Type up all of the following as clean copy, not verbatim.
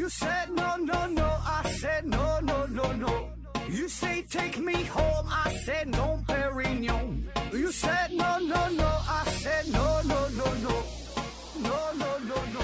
said no, no, no, I said no, no, no, no. You say take me home, I said no, Perignon. You said no, no, no, I said no, no, no, no. No, no, no, no.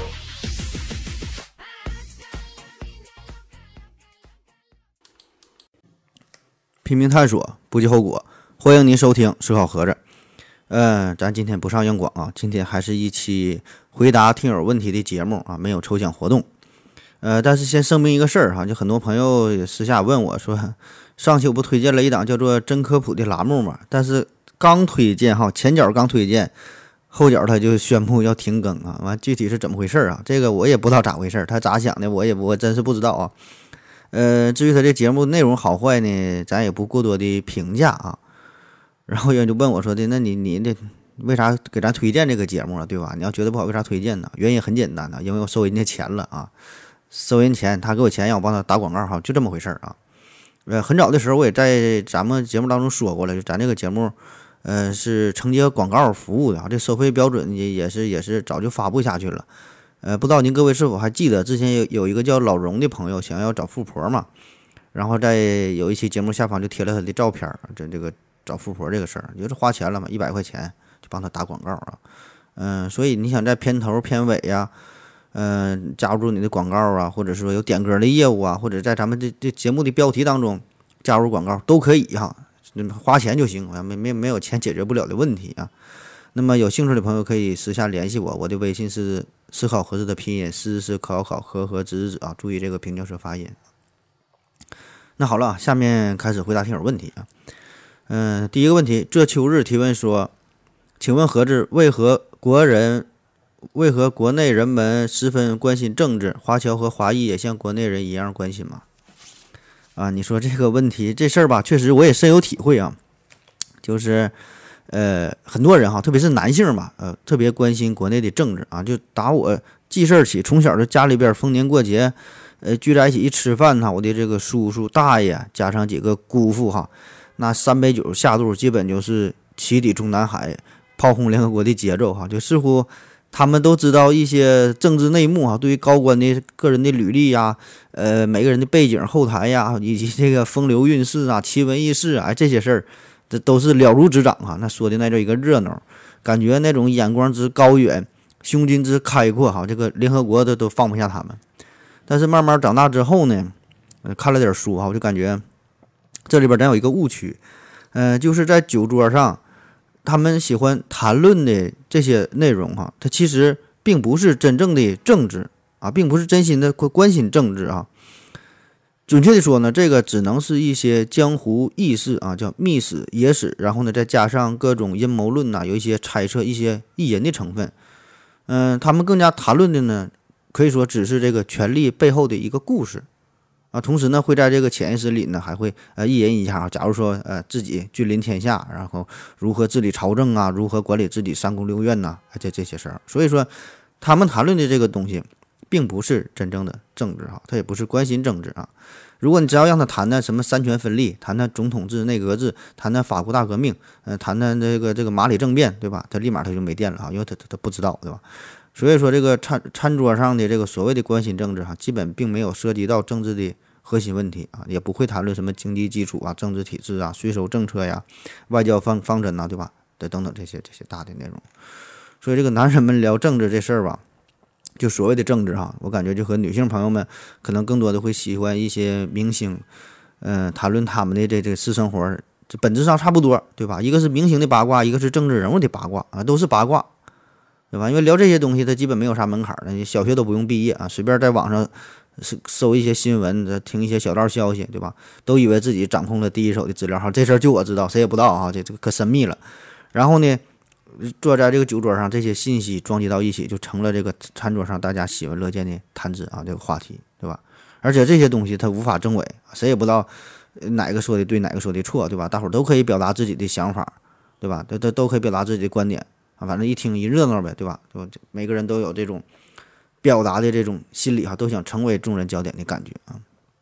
拼命探索，不计后果。欢迎您收听思考盒子。咱今天不上硬广啊，今天还是一期回答听友问题的节目啊，没有抽奖活动。但是先声明一个事儿哈，就很多朋友也私下问我说，上期我不推荐了一档叫做真科普的栏目嘛，但是刚推荐哈，前脚刚推荐，后脚他就宣布要停更啊，完具体是怎么回事啊？这个我也不知道咋回事，他咋想的我真是不知道啊。至于他这节目内容好坏呢，咱也不过多的评价啊。然后有人就问我说的，那你这为啥给咱推荐这个节目啊？对吧？你要觉得不好，为啥推荐呢？原因很简单啊，因为我收人家钱了啊，收人钱，他给我钱让我帮他打广告哈，就这么回事啊。很早的时候我也在咱们节目当中说过了，就咱这个节目，是承接广告服务的啊，这收费标准也是早就发布下去了。不知道您各位是否还记得之前有一个叫老荣的朋友想要找富婆嘛，然后在有一期节目下方就贴了他的照片，这个找富婆这个事儿，就是花钱了嘛，100块钱就帮他打广告啊。所以你想在片头片尾呀，加入你的广告啊，或者说有点歌的业务啊，或者在咱们这节目的标题当中加入广告都可以哈，花钱就行，没有钱解决不了的问题啊。那么有兴趣的朋友可以私下联系我，我的微信是思考盒子的拼音，思是考和子啊，注意这个平翘舌发音。那好了，下面开始回答听友问题啊。第一个问题，这秋日提问说，请问盒子为何国内人们十分关心政治？华侨和华裔也像国内人一样关心吗？啊，你说这个问题这事儿吧，确实我也深有体会啊，就是很多人哈，特别是男性吧，特别关心国内的政治啊。就打我记事儿起，从小就家里边逢年过节，聚在一起一吃饭哈，我的这个叔叔大爷加上几个姑父哈，那3杯酒下肚，基本就是起底中南海，炮轰联合国的节奏哈，就似乎他们都知道一些政治内幕哈，对于高官的个人的履历呀，每个人的背景后台呀，以及这个风流韵事啊、奇闻异事啊，这些事儿。这都是了如指掌哈，那说的那叫一个热闹，感觉那种眼光之高远，胸襟之开阔哈，这个联合国的都放不下他们。但是慢慢长大之后呢，看了点书哈，我就感觉这里边咱有一个误区，就是在酒桌上他们喜欢谈论的这些内容哈，它其实并不是真正的政治啊，并不是真心的关心政治啊。准确的说呢，这个只能是一些江湖轶事啊，叫密史野史，然后呢再加上各种阴谋论呐，有一些猜测、一些意淫的成分。他们更加谈论的呢，可以说只是这个权力背后的一个故事啊。同时呢，会在这个潜意识里呢，还会意淫一下啊。假如说自己君临天下，然后如何治理朝政啊，如何管理自己3宫6院呐，这些事儿。所以说，他们谈论的这个东西，并不是真正的政治哈，他也不是关心政治啊。如果你只要让他谈谈什么三权分立，谈谈总统制、内阁制，谈谈法国大革命，谈谈这个马里政变，对吧？他立马他就没电了哈，因为他不知道，对吧？所以说这个餐桌上的这个所谓的关心政治哈，基本并没有涉及到政治的核心问题啊，也不会谈论什么经济基础啊、政治体制啊、税收政策呀、外交方针呐，对吧？等等这些大的内容。所以这个男人们聊政治这事儿吧。就所谓的政治哈，我感觉就和女性朋友们可能更多的会喜欢一些明星，谈论他们的这个私生活，这本质上差不多，对吧？一个是明星的八卦，一个是政治人物的八卦啊，都是八卦，对吧？因为聊这些东西，它基本没有啥门槛的，你小学都不用毕业啊，随便在网上搜一些新闻，听一些小道消息，对吧？都以为自己掌控了第一手的资料哈，这事儿就我知道，谁也不知道啊，这个可神秘了。然后呢？坐在这个酒桌上，这些信息撞击到一起，就成了这个餐桌上大家喜闻乐见的谈资啊，这个话题，对吧？而且这些东西它无法证伪，谁也不知道哪个说的对，哪个说的错，对吧？大伙儿都可以表达自己的想法，对吧？都可以表达自己的观点啊，反正一听一热闹呗，对吧？每个人都有这种表达的这种心理哈，都想成为众人焦点的感觉啊。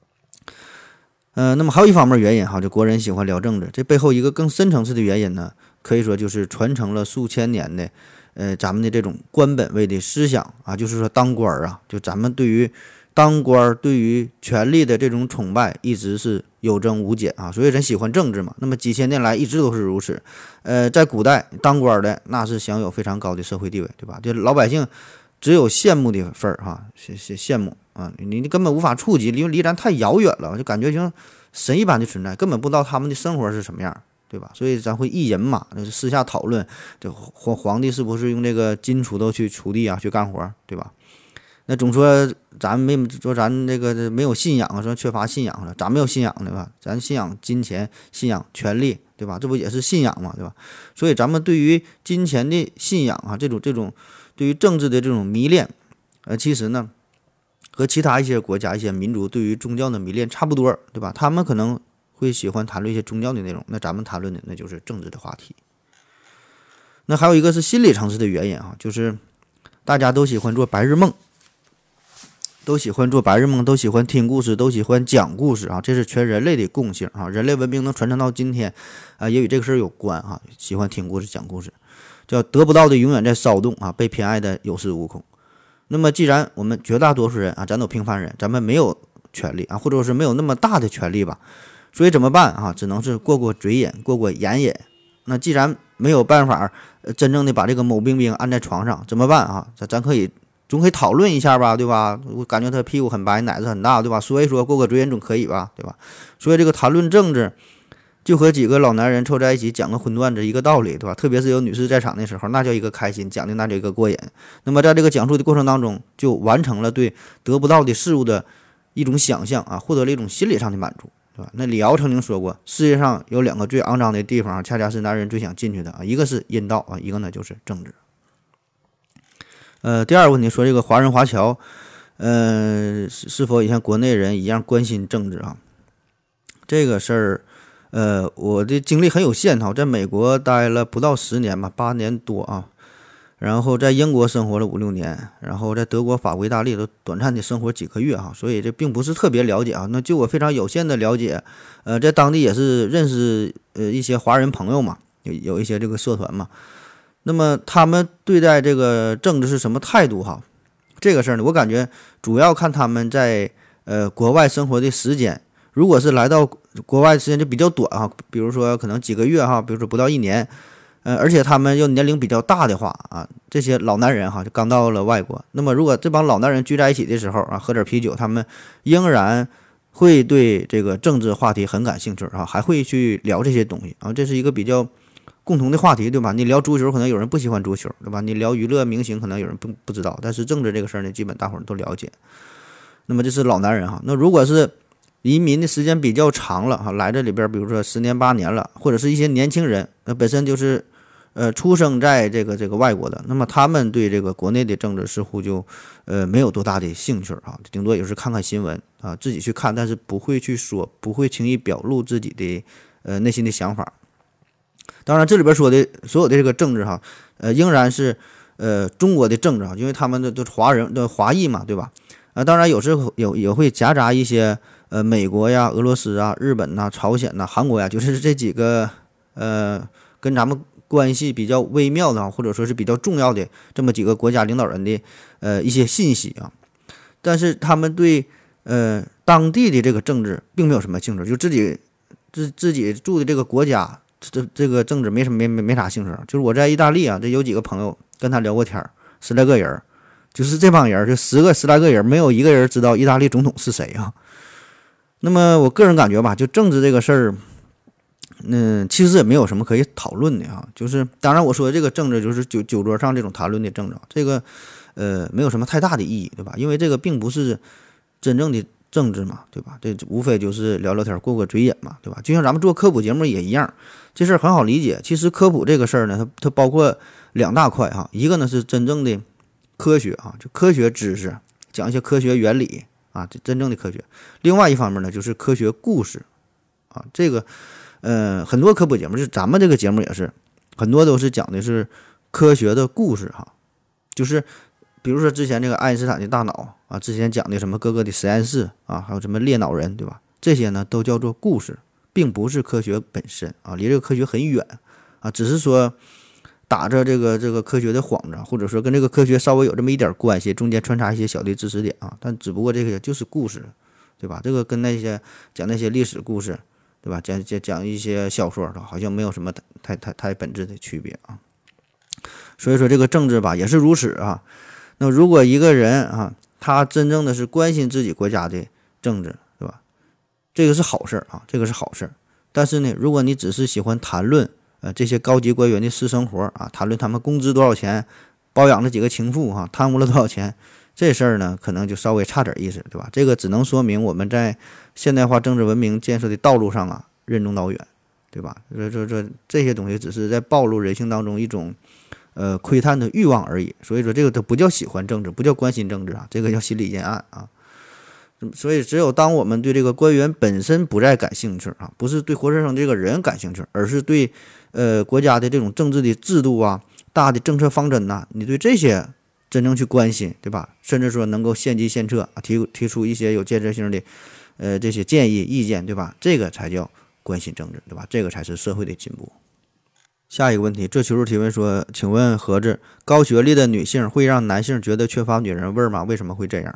那么还有一方面原因哈，就国人喜欢聊政治，这背后一个更深层次的原因呢，可以说就是传承了数千年的咱们的这种官本位的思想啊，就是说当官啊，就咱们对于当官对于权力的这种崇拜一直是有增无减啊，所以人喜欢政治嘛。那么几千年来一直都是如此。在古代当官的那是享有非常高的社会地位，对吧？就老百姓只有羡慕的份儿哈，羡慕啊，你根本无法触及，因为离咱太遥远了，就感觉像神一般的存在，根本不知道他们的生活是什么样，对吧？所以咱会议人马，就是私下讨论，这皇帝是不是用这个金锄头去锄地啊，去干活，对吧？那总说咱这个没有信仰啊，说缺乏信仰了，咱没有信仰对吧？咱信仰金钱，信仰权力，对吧？这不也是信仰嘛，对吧？所以咱们对于金钱的信仰啊，这种对于政治的这种迷恋，其实呢，和其他一些国家一些民族对于宗教的迷恋差不多，对吧？他们可能会喜欢谈论一些宗教的内容，那咱们谈论的那就是政治的话题。那还有一个是心理层次的原因啊，就是大家都喜欢做白日梦。都喜欢做白日梦，都喜欢听故事，都喜欢讲故事啊，这是全人类的共性啊。人类文明能传承到今天啊，也与这个事儿有关啊。喜欢听故事、讲故事，叫得不到的永远在骚动啊，被偏爱的有恃无恐。那么，既然我们绝大多数人啊，咱都平凡人，咱们没有权利啊，或者说是没有那么大的权利吧，所以怎么办啊？只能是过嘴瘾，过眼瘾。那既然没有办法真正的把这个某冰冰按在床上，怎么办啊？咱总可以讨论一下吧，对吧？我感觉他屁股很白，奶子很大，对吧？说一说过嘴瘾总可以吧，对吧？所以这个谈论政治，就和几个老男人凑在一起讲个荤段子一个道理，对吧？特别是有女士在场的时候，那叫一个开心，讲的那叫一个过瘾。那么在这个讲述的过程当中，就完成了对得不到的事物的一种想象啊，获得了一种心理上的满足，对吧？那李敖曾经说过，世界上有两个最肮脏的地方，恰恰是男人最想进去的啊，一个是阴道啊，一个呢就是政治。第二个问题说这个华人华侨，是否也像国内人一样关心政治啊？这个事儿，我的经历很有限哈，在美国待了不到10年吧，8年多啊，然后在英国生活了5、6年，然后在德国、法国、意大利都短暂的生活几个月哈，所以这并不是特别了解啊。那就我非常有限的了解，在当地也是认识一些华人朋友嘛，有一些这个社团嘛。那么他们对待这个政治是什么态度哈？这个事儿呢，我感觉主要看他们在国外生活的时间。如果是来到国外时间就比较短哈，比如说可能几个月哈，比如说不到1年，而且他们又年龄比较大的话啊，这些老男人哈就刚到了外国。那么如果这帮老男人聚在一起的时候啊，喝点啤酒，他们仍然会对这个政治话题很感兴趣啊，还会去聊这些东西啊，这是一个比较共同的话题，对吧？你聊足球，可能有人不喜欢足球，对吧？你聊娱乐明星，可能有人不知道，但是政治这个事儿呢，基本大伙儿都了解。那么这是老男人哈。那如果是移民的时间比较长了哈，来这里边，比如说10年8年了，或者是一些年轻人，本身就是出生在这个外国的，那么他们对这个国内的政治似乎就没有多大的兴趣啊，顶多也是看看新闻啊，自己去看，但是不会去说，不会轻易表露自己的内心的想法。当然，这里边说的所有的这个政治哈，仍然是中国的政治啊，因为他们的都是华人的华裔嘛，对吧？当然有时候也会夹杂一些美国呀、俄罗斯啊、日本呐、朝鲜呐、韩国呀，就是这几个跟咱们关系比较微妙的，或者说是比较重要的这么几个国家领导人的一些信息啊。但是他们对当地的这个政治并没有什么兴趣，就自己住的这个国家。这个政治没啥兴趣，就是我在意大利啊，这有几个朋友跟他聊过天，10来个人，就是这帮人就10来个人，没有一个人知道意大利总统是谁啊。那么我个人感觉吧，就政治这个事儿，其实也没有什么可以讨论的啊。就是当然我说的这个政治，就是酒桌上这种谈论的政治，这个没有什么太大的意义，对吧？因为这个并不是真正的政治嘛，对吧？这无非就是聊聊天，过嘴瘾嘛，对吧？就像咱们做科普节目也一样，这事儿很好理解。其实科普这个事儿呢，它包括2大块哈，一个呢是真正的科学啊，就科学知识，讲一些科学原理啊，这真正的科学。另外一方面呢，就是科学故事啊，这个很多科普节目，就咱们这个节目也是很多都是讲的是科学的故事哈，就是比如说之前这个爱因斯坦的大脑啊，之前讲的什么各个的实验室啊，还有什么猎脑人，对吧？这些呢都叫做故事，并不是科学本身啊，离这个科学很远啊，只是说打着这个科学的幌子，或者说跟这个科学稍微有这么一点关系，中间穿插一些小的知识点啊，但只不过这个就是故事，对吧？这个跟那些讲那些历史故事，对吧？讲一些小说，好像没有什么太本质的区别啊。所以说这个政治吧也是如此啊。那如果一个人啊，他真正的是关心自己国家的政治，对吧？这个是好事啊，这个是好事。但是呢，如果你只是喜欢谈论这些高级官员的私生活啊，谈论他们工资多少钱，包养了几个情妇哈，贪污了多少钱，这事儿呢，可能就稍微差点意思，对吧？这个只能说明我们在现代化政治文明建设的道路上啊，任重道远，对吧？这些东西只是在暴露人性当中一种窥探的欲望而已。所以说这个都不叫喜欢政治，不叫关心政治啊，这个叫心理阴暗啊。所以只有当我们对这个官员本身不再感兴趣啊，不是对活生生这个人感兴趣，而是对国家的这种政治的制度啊、大的政策方针呐，你对这些真正去关心，对吧？甚至说能够献计献策啊，提出一些有建设性的这些建议意见，对吧？这个才叫关心政治，对吧？这个才是社会的进步。下一个问题，这求助提问说，请问盒子，高学历的女性会让男性觉得缺乏女人味吗？为什么会这样？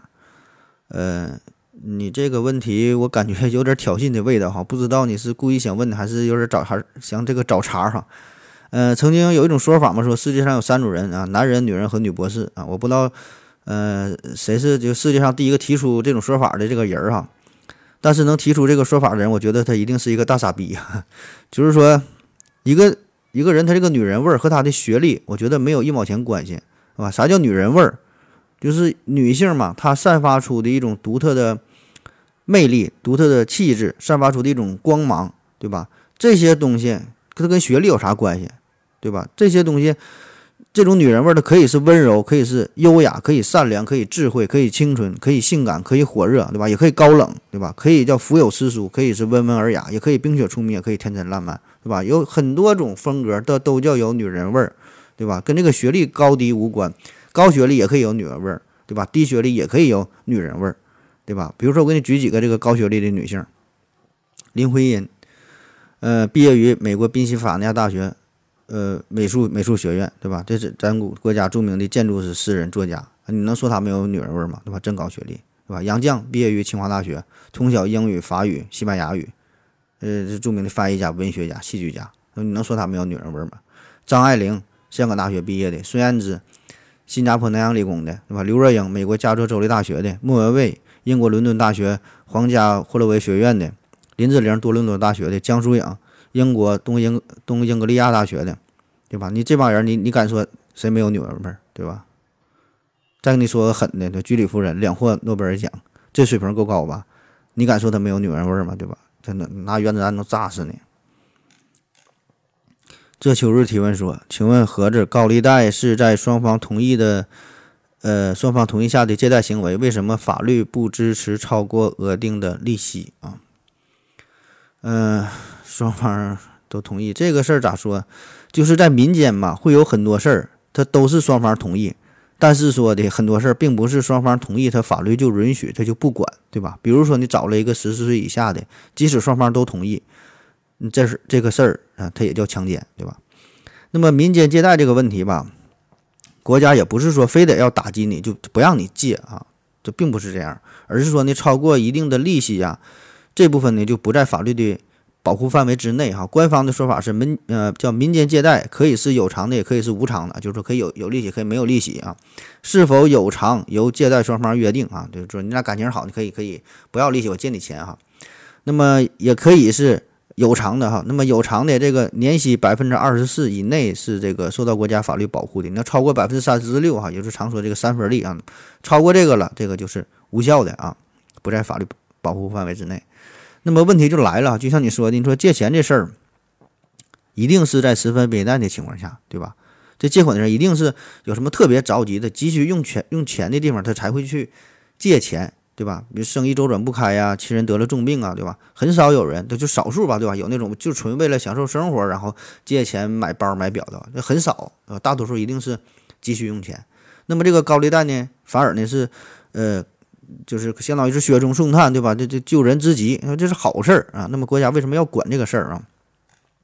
你这个问题我感觉有点挑衅的味道哈，不知道你是故意想问的，还是有点还想这个找茬哈。曾经有一种说法嘛，说世界上有三种人啊，男人、女人和女博士啊。我不知道谁是就世界上第一个提出这种说法的这个人哈，但是能提出这个说法的人，我觉得他一定是一个大傻逼啊。就是说一个人他这个女人味和他的学历，我觉得没有一毛钱关系，是吧？啥叫女人味儿？就是女性嘛，她散发出的一种独特的魅力、独特的气质，散发出的一种光芒，对吧？这些东西它跟学历有啥关系，对吧？这些东西，这种女人味儿，它可以是温柔，可以是优雅，可以善良，可以智慧，可以清纯，可以性感，可以火热，对吧？也可以高冷，对吧？可以叫腹有诗书，可以是温文尔雅，也可以冰雪聪明，也可以天真烂漫，对吧？有很多种风格的都叫有女人味儿，对吧？跟这个学历高低无关。高学历也可以有女人味儿，对吧？低学历也可以有女人味儿，对吧？比如说我给你举几个这个高学历的女性，林徽因，毕业于美国宾夕法尼亚大学，美术学院，对吧？这是咱国家著名的建筑师、诗人、作家，你能说她没有女人味儿吗？对吧？真高学历，对吧？杨绛毕业于清华大学，通晓英语、法语、西班牙语，是著名的翻译家、文学家、戏剧家，你能说她没有女人味儿吗？张爱玲，香港大学毕业的，孙燕姿，新加坡南洋理工的，对吧？刘若英，美国加州州立大学的，莫文蔚，英国伦敦大学皇家霍洛维学院的，林志玲，多伦多大学的，江疏影，英国东英格利亚大学的，对吧？你这帮人，你敢说谁没有女人味儿，对吧？再跟你说个狠的，居里夫人2获诺贝尔奖，这水平够高吧？你敢说她没有女人味儿吗？对吧？真的拿原子弹能炸死你。这秋日提问说，请问盒子，高利贷是在双方同意下的借贷行为，为什么法律不支持超过额定的利息啊？双方都同意这个事儿咋说？就是在民间嘛，会有很多事儿，它都是双方同意，但是说的很多事儿并不是双方同意，它法律就允许，它就不管，对吧？比如说你找了一个14岁以下的，即使双方都同意，这个事儿啊，它也叫强奸，对吧？那么民间借贷这个问题吧，国家也不是说非得要打击你就不让你借啊，这并不是这样，而是说呢，超过一定的利息啊，这部分呢就不在法律的保护范围之内哈。官方的说法是叫民间借贷可以是有偿的，也可以是无偿的，就是说可以有利息，可以没有利息啊。是否有偿由借贷双方约定啊，就是说你俩感情好，你可以不要利息，我借你钱哈。那么也可以是有偿的哈，那么有偿的这个年息24%以内是这个受到国家法律保护的，那超过36%哈，也就是常说这个3分利啊，超过这个了，这个就是无效的啊，不在法律保护范围之内。那么问题就来了，就像你说的，你说借钱这事儿，一定是在十分危难的情况下，对吧？这借款的人一定是有什么特别着急的、急需用钱的地方，他才会去借钱。对吧？比如生意周转不开呀，亲人得了重病啊，对吧？很少有人，就少数吧，对吧？有那种就纯为了享受生活，然后借钱买包买表的，这很少，大多数一定是急需用钱。那么这个高利贷呢，反而呢是，就是相当于是雪中送炭，对吧？这救人之急，这是好事儿啊。那么国家为什么要管这个事儿啊？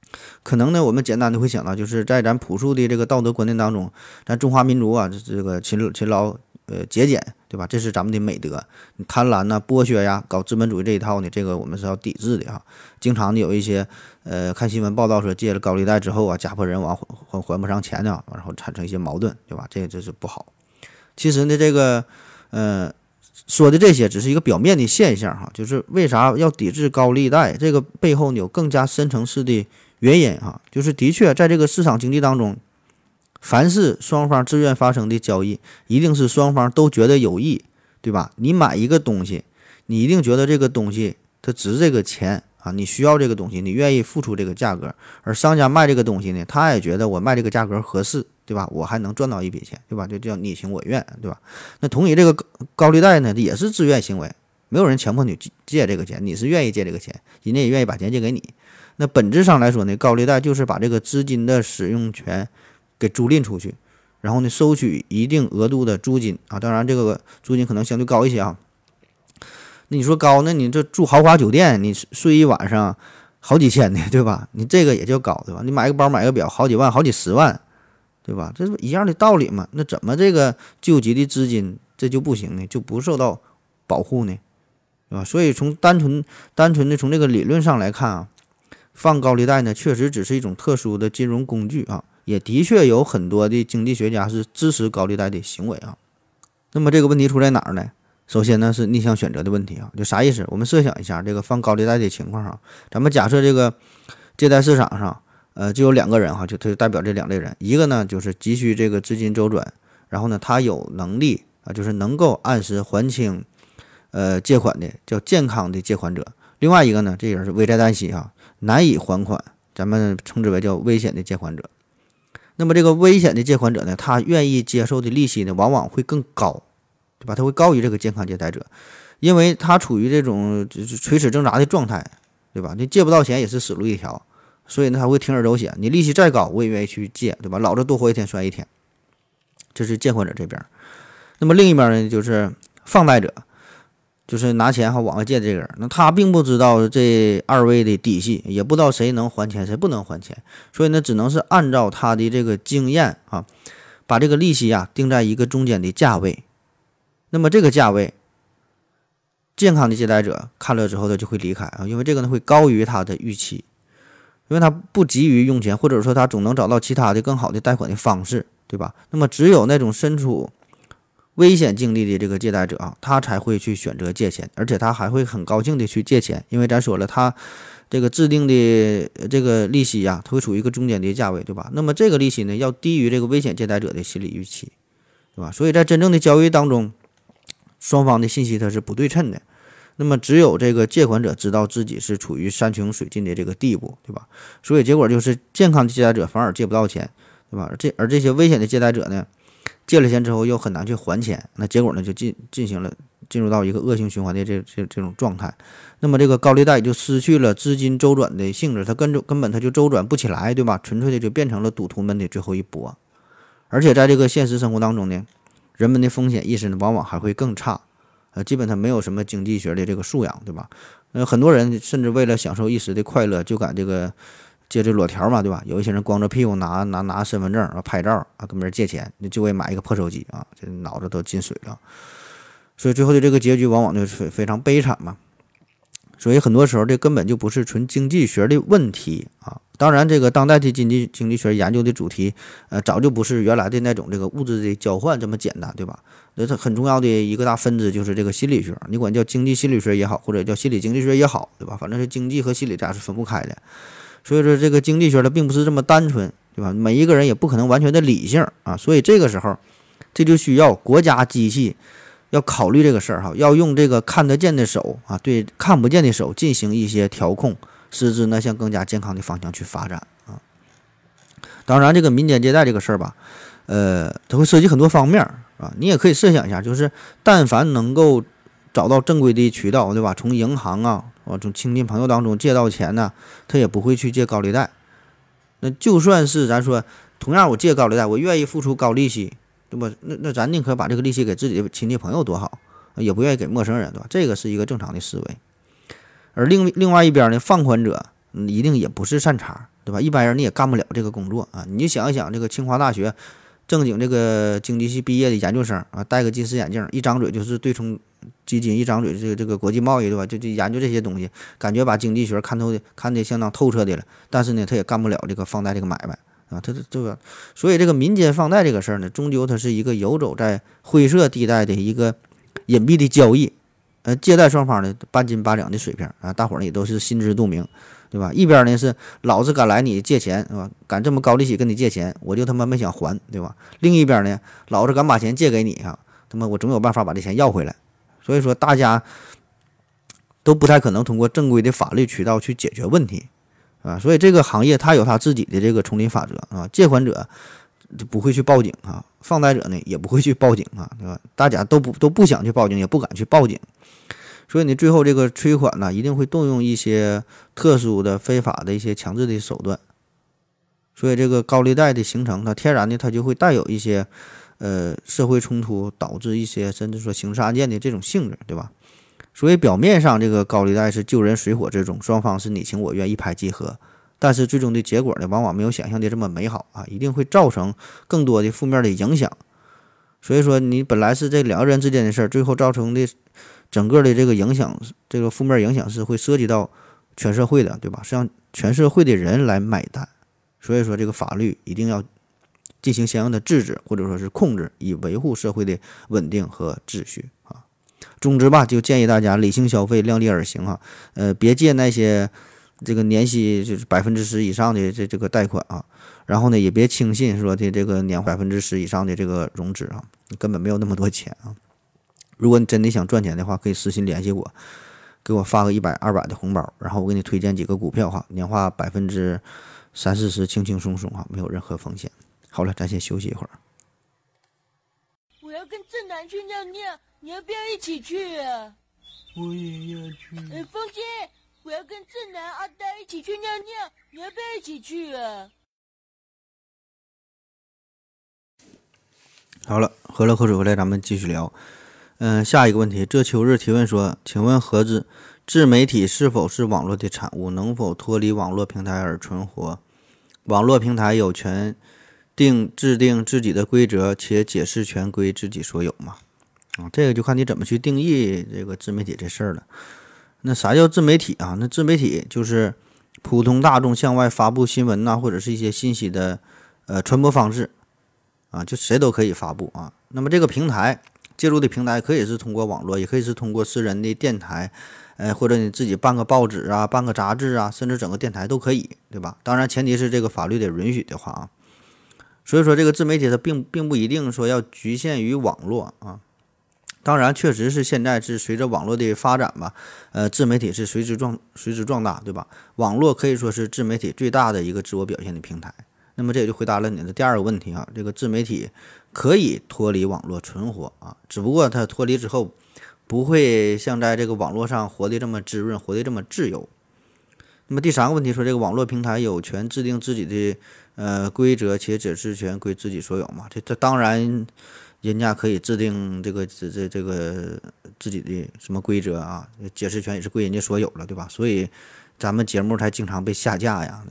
可能呢，我们简单的会想到，就是在咱朴素的这个道德观念当中，咱中华民族啊，这个勤劳节俭，对吧？这是咱们的美德。你贪婪呐、剥削呀、搞资本主义这一套呢，这个我们是要抵制的啊。经常的有一些看新闻报道说，借了高利贷之后啊，家破人亡，还不上钱呢，然后产生一些矛盾，对吧？这是不好。其实呢，这个说的这些只是一个表面的现象哈，就是为啥要抵制高利贷，这个背后有更加深层次的原因哈，就是的确在这个市场经济当中，凡是双方自愿发生的交易，一定是双方都觉得有益，对吧？你买一个东西，你一定觉得这个东西它值这个钱啊，你需要这个东西，你愿意付出这个价格，而商家卖这个东西呢，他也觉得我卖这个价格合适，对吧？我还能赚到一笔钱，对吧？就叫你情我愿，对吧？那同理，这个高利贷呢，也是自愿行为，没有人强迫你借这个钱，你是愿意借这个钱，人家也愿意把钱借给你。那本质上来说呢，高利贷就是把这个资金的使用权给租赁出去，然后呢收取一定额度的租金啊，当然这个租金可能相对高一些啊。那你说高，那你这住豪华酒店，你睡一晚上好几千的，对吧？你这个也叫高，对吧？你买个包买个表，好几万好几十万，对吧？这是一样的道理嘛。那怎么这个救急的资金这就不行呢？就不受到保护呢？对吧？所以从单纯的从这个理论上来看啊，放高利贷呢，确实只是一种特殊的金融工具啊，也的确有很多的经济学家是支持高利贷的行为啊。那么这个问题出在哪儿呢？首先呢是逆向选择的问题啊，就啥意思？我们设想一下这个放高利贷的情况啊，咱们假设这个借贷市场上，就有两个人哈，他就代表这两类人，一个呢就是急需这个资金周转，然后呢他有能力啊，就是能够按时还清借款的，叫健康的借款者。另外一个呢，这也是危在旦夕啊，难以还款，咱们称之为叫危险的借款者。那么这个危险的借款者呢，他愿意接受的利息呢，往往会更高，对吧？他会高于这个健康借贷者，因为他处于这种就是垂死挣扎的状态，对吧？你借不到钱也是死路一条，所以呢他会铤而走险，你利息再高我也愿意去借，对吧？老子多活一天算一天。这是借款者这边。那么另一边呢，就是放贷者，就是拿钱往外借的这个人，那他并不知道这二位的底细，也不知道谁能还钱谁不能还钱，所以呢只能是按照他的这个经验啊，把这个利息啊定在一个中间的价位。那么这个价位，健康的借贷者看了之后他就会离开啊，因为这个呢会高于他的预期，因为他不急于用钱，或者说他总能找到其他的更好的贷款的方式，对吧？那么只有那种身处危险境地的这个借贷者啊，他才会去选择借钱，而且他还会很高兴的去借钱，因为咱说了，他这个制定的这个利息啊，它会处于一个中间的价位，对吧？那么这个利息呢，要低于这个危险借贷者的心理预期，对吧？所以在真正的交易当中，双方的信息它是不对称的。那么只有这个借款者知道自己是处于山穷水尽的这个地步，对吧？所以结果就是健康的借贷者反而借不到钱，对吧？而这些危险的借贷者呢，借了钱之后又很难去还钱，那结果呢就进入到一个恶性循环的这种状态。那么这个高利贷就失去了资金周转的性质，它根本它就周转不起来，对吧？纯粹的就变成了赌徒们的最后一搏。而且在这个现实生活当中呢，人们的风险意识呢往往还会更差，基本它没有什么经济学的这个素养，对吧？很多人甚至为了享受一时的快乐，就敢这个借这裸条嘛，对吧？有一些人光着屁股拿身份证拍照啊，跟别人借钱，就为买一个破手机啊，这脑子都进水了。所以最后的这个结局往往就是非常悲惨嘛。所以很多时候这根本就不是纯经济学的问题啊。当然，这个当代的经济学研究的主题，早就不是原来的那种这个物质的交换这么简单，对吧？这很重要的一个大分支就是这个心理学，你管叫经济心理学也好，或者叫心理经济学也好，对吧？反正是经济和心理这俩是分不开的。所以说这个经济学它并不是这么单纯，对吧？每一个人也不可能完全的理性啊，所以这个时候这就需要国家机器要考虑这个事儿哈，要用这个看得见的手啊，对看不见的手进行一些调控，使之呢向更加健康的方向去发展啊。当然，这个民间借贷这个事儿吧，它会涉及很多方面啊。你也可以设想一下，就是但凡能够找到正规的渠道，对吧？从银行啊，从亲戚朋友当中借到钱呢，他也不会去借高利贷。那就算是咱说，同样我借高利贷，我愿意付出高利息，对吧？那咱宁可把这个利息给自己的亲戚朋友多好，也不愿意给陌生人，对吧？这个是一个正常的思维。而另外一边呢，放款者一定也不是善茬， 对吧？一般人你也干不了这个工作啊。你就想一想，这个清华大学正经这个经济系毕业的研究生啊，戴个近视眼镜，一张嘴就是对冲基金，一张嘴这个国际贸易，对吧？就研究这些东西，感觉把经济学看得相当透彻的了。但是呢，他也干不了这个放贷这个买卖啊。他这个，所以这个民间放贷这个事儿呢，终究它是一个游走在灰色地带的一个隐蔽的交易。借贷双方呢半斤八两的水平啊，大伙儿呢也都是心知肚明，对吧？一边呢是老子敢来你借钱，是吧？敢这么高利息跟你借钱，我就他妈没想还，对吧？另一边呢，老子敢把钱借给你啊，他妈我总有办法把这钱要回来。所以说大家都不太可能通过正规的法律渠道去解决问题啊。所以这个行业它有它自己的这个丛林法则啊，借款者就不会去报警啊，放贷者呢也不会去报警啊，对吧？大家都不想去报警，也不敢去报警。所以你最后这个催款呢，一定会动用一些特殊的非法的一些强制的手段。所以这个高利贷的形成，它天然的它就会带有一些社会冲突，导致一些甚至说刑事案件的这种性质，对吧？所以表面上这个高利贷是救人水火之中，双方是你情我愿，一拍即合，但是最终的结果呢，往往没有想象的这么美好啊，一定会造成更多的负面的影响。所以说你本来是这两个人之间的事儿，最后造成的整个的这个影响，这个负面影响是会涉及到全社会的，对吧？是让全社会的人来买单。所以说这个法律一定要进行相应的制止或者说是控制，以维护社会的稳定和秩序啊。总之吧，就建议大家理性消费，量力而行啊。别借那些这个年息就是10%以上的这个贷款啊。然后呢，也别轻信说的这个年10%以上的这个融资啊，你根本没有那么多钱啊。如果你真的想赚钱的话，可以私信联系我，给我发个100、200的红包，然后我给你推荐几个股票哈，年化30-40%，轻轻松松哈，没有任何风险。好了，咱先休息一会儿。 我要跟正南去尿尿，你要不要一起去啊？ 我也要去。 风姐，我要跟正南、阿呆一起去尿尿，你要不要一起去啊？ 好了，喝了口水回来，咱们继续聊。下一个问题，这秋日提问说，请问盒子，自媒体是否是网络的产物？能否脱离网络平台而存活？网络平台有权制定自己的规则，且解释权归自己所有吗？这个就看你怎么去定义这个自媒体这事儿了。那啥叫自媒体啊？那自媒体就是普通大众向外发布新闻呐，或者是一些信息的传播方式啊，就谁都可以发布啊。那么这个平台介入的平台可以是通过网络，也可以是通过私人的电台，或者你自己办个报纸啊，办个杂志啊，甚至整个电台都可以，对吧？当然前提是这个法律得允许的话啊。所以说这个自媒体它并不一定说要局限于网络啊。当然确实是现在是随着网络的发展吧，自媒体是随之壮大，对吧？网络可以说是自媒体最大的一个自我表现的平台。那么这也就回答了你的第二个问题啊，这个自媒体可以脱离网络存活啊，只不过它脱离之后不会像在这个网络上活得这么滋润，活得这么自由。那么第三个问题说，这个网络平台有权制定自己的规则，且解释权归自己所有嘛？这当然，人家可以制定这个自己的什么规则啊，解释权也是归人家所有了，对吧？所以咱们节目才经常被下架呀。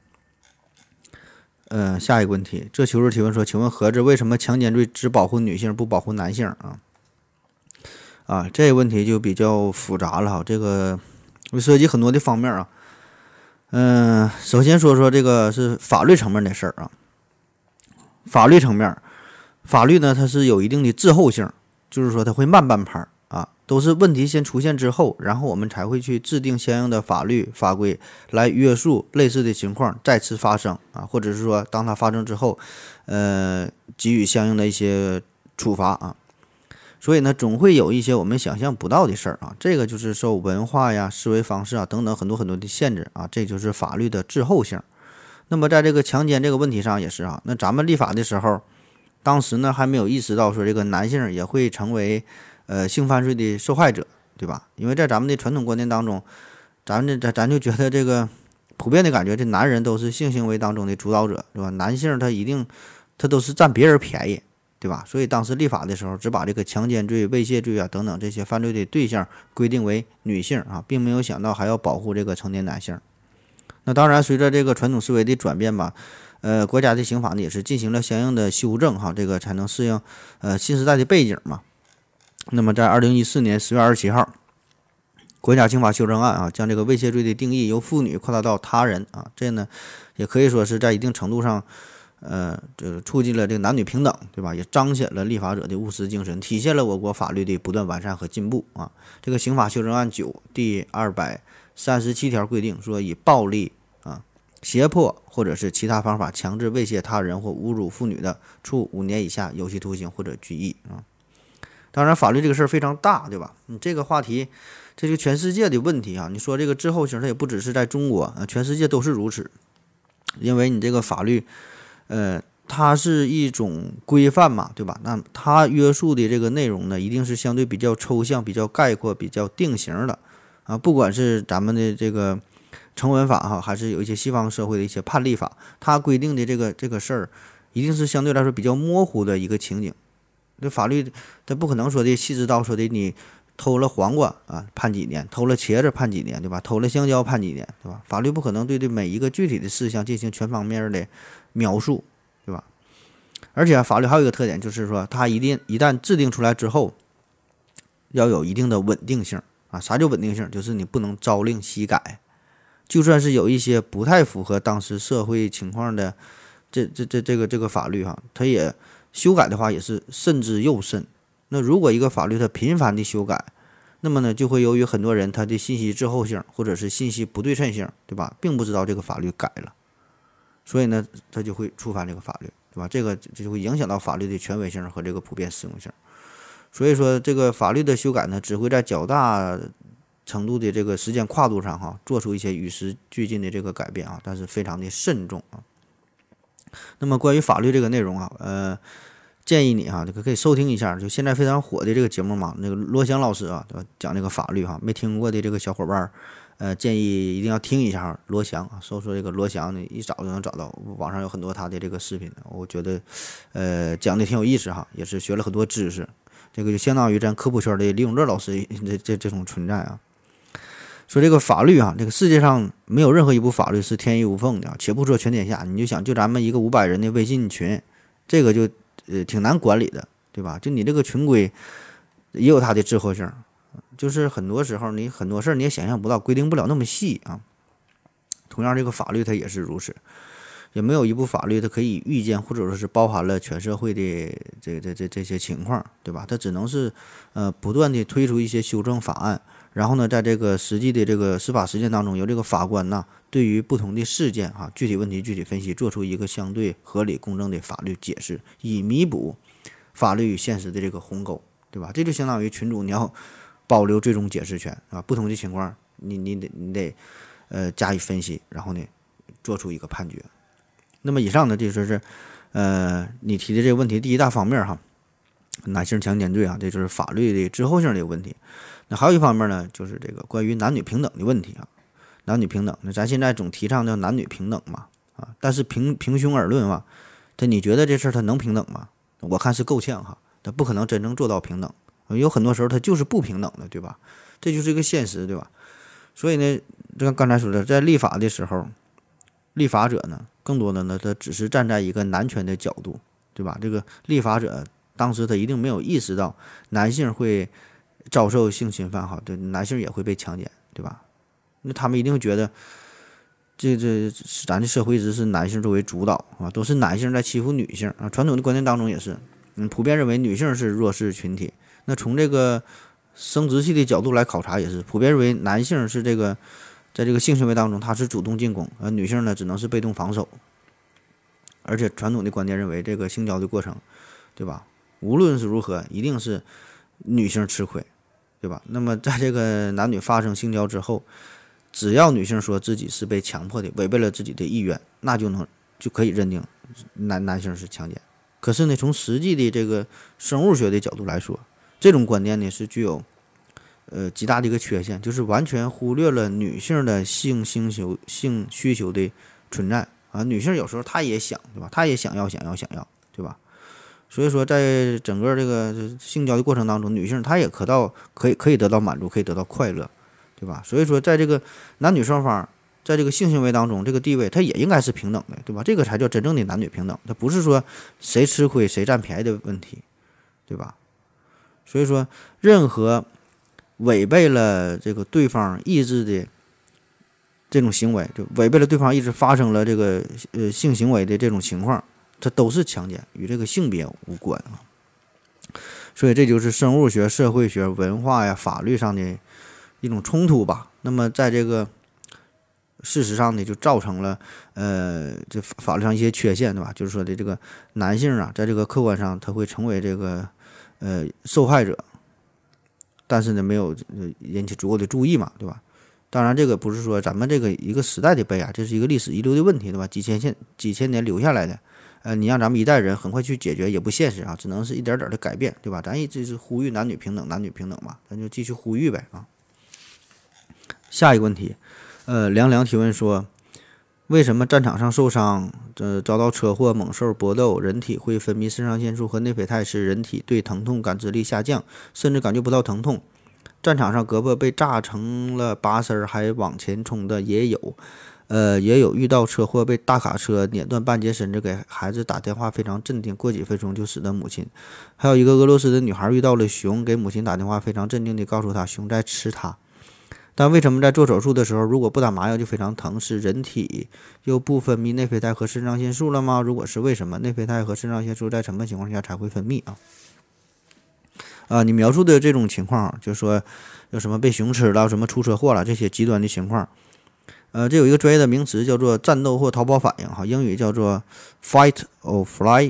下一个问题，这求助提问说，请问盒子为什么强奸罪只保护女性不保护男性啊？这个问题就比较复杂了哈，这个会涉及很多的方面啊。首先说说这个是法律层面的事儿啊。法律层面，法律呢它是有一定的滞后性，就是说它会慢半拍啊，都是问题先出现之后，然后我们才会去制定相应的法律法规来约束类似的情况再次发生啊，或者是说当它发生之后，给予相应的一些处罚啊。所以呢，总会有一些我们想象不到的事儿啊，这个就是受文化呀、思维方式啊等等很多的限制啊，这就是法律的滞后性。那么在这个强奸这个问题上也是啊，那咱们立法的时候，当时呢还没有意识到说这个男性也会成为性犯罪的受害者，对吧？因为在咱们的传统观念当中，咱就觉得这个普遍的感觉，这男人都是性行为当中的主导者，对吧？男性他都是占别人便宜，对吧？所以当时立法的时候，只把这个强奸罪、猥亵罪啊等等这些犯罪的对象规定为女性啊，并没有想到还要保护这个成年男性。 那当然，随着这个传统思维的转变吧，国家的刑法呢也是进行了相应的修正哈，这个才能适应新时代的背景嘛。那么在2014年10月27号，国家刑法修正案啊，将这个猥亵罪的定义由妇女扩大到他人啊，这呢也可以说是在一定程度上，这个促进了这个男女平等，对吧？也彰显了立法者的务实精神，体现了我国法律的不断完善和进步啊。这个刑法修正案9第237条规定说，以暴力啊、胁迫或者是其他方法强制猥亵他人或侮辱妇女的，处5年以下有期徒刑或者拘役啊。当然，法律这个事儿非常大，对吧？你这个话题，这是全世界的问题啊。你说这个滞后性，它也不只是在中国啊，全世界都是如此。因为你这个法律，它是一种规范嘛，对吧？那它约束的这个内容呢，一定是相对比较抽象、比较概括、比较定型的啊。不管是咱们的这个成文法哈，还是有一些西方社会的一些判例法，它规定的这个事儿，一定是相对来说比较模糊的一个情景。这法律它不可能说的细致到说的你偷了黄瓜啊判几年，偷了茄子判几年，对吧？偷了香蕉判几年，对吧？法律不可能对每一个具体的事项进行全方面的描述，对吧？而且法律还有一个特点，就是说它一旦制定出来之后，要有一定的稳定性啊。啥叫稳定性？就是你不能朝令夕改，就算是有一些不太符合当时社会情况的这个法律哈，它也修改的话也是慎之又慎。那如果一个法律它频繁的修改，那么呢就会由于很多人他的信息滞后性或者是信息不对称性，对吧，并不知道这个法律改了，所以呢他就会触犯这个法律，对吧？这就会影响到法律的权威性和这个普遍适用性。所以说这个法律的修改呢，只会在较大程度的这个时间跨度上哈，做出一些与时俱进的这个改变啊，但是非常的慎重啊。那么关于法律这个内容啊，建议你哈，这个可以收听一下，就现在非常火的这个节目嘛，那个罗翔老师啊，讲这个法律哈，没听过的这个小伙伴建议一定要听一下罗翔啊，搜索这个罗翔，你一找就能找到，网上有很多他的这个视频，我觉得讲的挺有意思哈，也是学了很多知识，这个就相当于咱科普圈的李永乐老师这种存在啊。说这个法律啊，这个世界上没有任何一部法律是天衣无缝的，且不说全天下，你就想就咱们一个500人的微信群，这个就挺难管理的，对吧？就你这个群规也有它的滞后性，就是很多时候你很多事儿你也想象不到，规定不了那么细啊。同样，这个法律它也是如此，也没有一部法律它可以预见或者说是包含了全社会的这些情况，对吧？它只能是不断的推出一些修正法案。然后呢，在这个实际的这个司法实践当中，由这个法官呢，对于不同的事件啊，具体问题具体分析，做出一个相对合理公正的法律解释，以弥补法律与现实的这个鸿沟，对吧？这就相当于群主你要保留最终解释权啊，不同的情况你得加以分析，然后呢做出一个判决。那么以上呢，这就是你提的这个问题第一大方面哈，男性强奸罪啊，这就是法律的滞后性的一个问题。那还有一方面呢，就是这个关于男女平等的问题啊。男女平等，那咱现在总提倡叫男女平等嘛，啊，但是平胸而论啊，你觉得这事儿它能平等吗？我看是够呛哈，它不可能真正做到平等，有很多时候它就是不平等的，对吧？这就是一个现实，对吧？所以呢，就像刚才说的，在立法的时候，立法者呢，更多的呢，他只是站在一个男权的角度，对吧？这个立法者当时他一定没有意识到男性会遭受性侵犯哈，对，男性也会被强奸，对吧？那他们一定会觉得，这咱的社会一直是男性作为主导啊，都是男性在欺负女性啊。传统的观念当中也是，普遍认为女性是弱势群体。那从这个生殖器的角度来考察，也是普遍认为男性是这个在这个性行为当中他是主动进攻，而女性呢只能是被动防守。而且传统的观念认为，这个性交的过程，对吧？无论是如何，一定是女性吃亏，对吧？那么在这个男女发生性交之后，只要女性说自己是被强迫的，违背了自己的意愿，那就可以认定男性是强奸。可是呢，从实际的这个生物学的角度来说，这种观念呢是具有极大的一个缺陷，就是完全忽略了女性的性需求的存在啊。女性有时候她也想，对吧？她也想要，对吧？所以说，在整个这个性交的过程当中，女性她也可以得到满足，可以得到快乐，对吧？所以说，在这个男女双方在这个性行为当中，这个地位它也应该是平等的，对吧？这个才叫真正的男女平等，它不是说谁吃亏谁占便宜的问题，对吧？所以说，任何违背了这个对方意志的这种行为，就违背了对方意志发生了这个性行为的这种情况，它都是强奸，与这个性别无关啊。所以这就是生物学、社会学、文化呀、法律上的一种冲突吧。那么在这个事实上呢，就造成了这法律上一些缺陷，对吧？就是说的这个男性啊，在这个客观上他会成为这个受害者，但是呢没有引起足够的注意嘛，对吧？当然这个不是说咱们这个一个时代的悲哀，这是一个历史遗留的问题，对吧？几千年留下来的，你让咱们一代人很快去解决也不现实啊，只能是一点点的改变，对吧？咱一直是呼吁男女平等，男女平等嘛，咱就继续呼吁呗啊。下一个问题，凉凉提问说，为什么战场上受伤，遭到车祸、猛兽搏斗，人体会分泌肾上腺素和内啡肽，使人体对疼痛感知力下降，甚至感觉不到疼痛？战场上胳膊被炸成了拔丝还往前冲的也有，也有遇到车祸被大卡车碾断半截身子，给孩子打电话非常镇定，过几分钟就死的母亲。还有一个俄罗斯的女孩遇到了熊，给母亲打电话非常镇定地告诉她熊在吃她。但为什么在做手术的时候，如果不打麻药就非常疼？是人体又不分泌内啡肽和肾上腺素了吗？如果是，为什么内啡肽和肾上腺素在什么情况下才会分泌啊？你描述的这种情况，就是说有什么被熊吃了，什么出车祸了，这些极端的情况，这有一个专业的名词叫做战斗或逃跑反应，英语叫做 fight or flight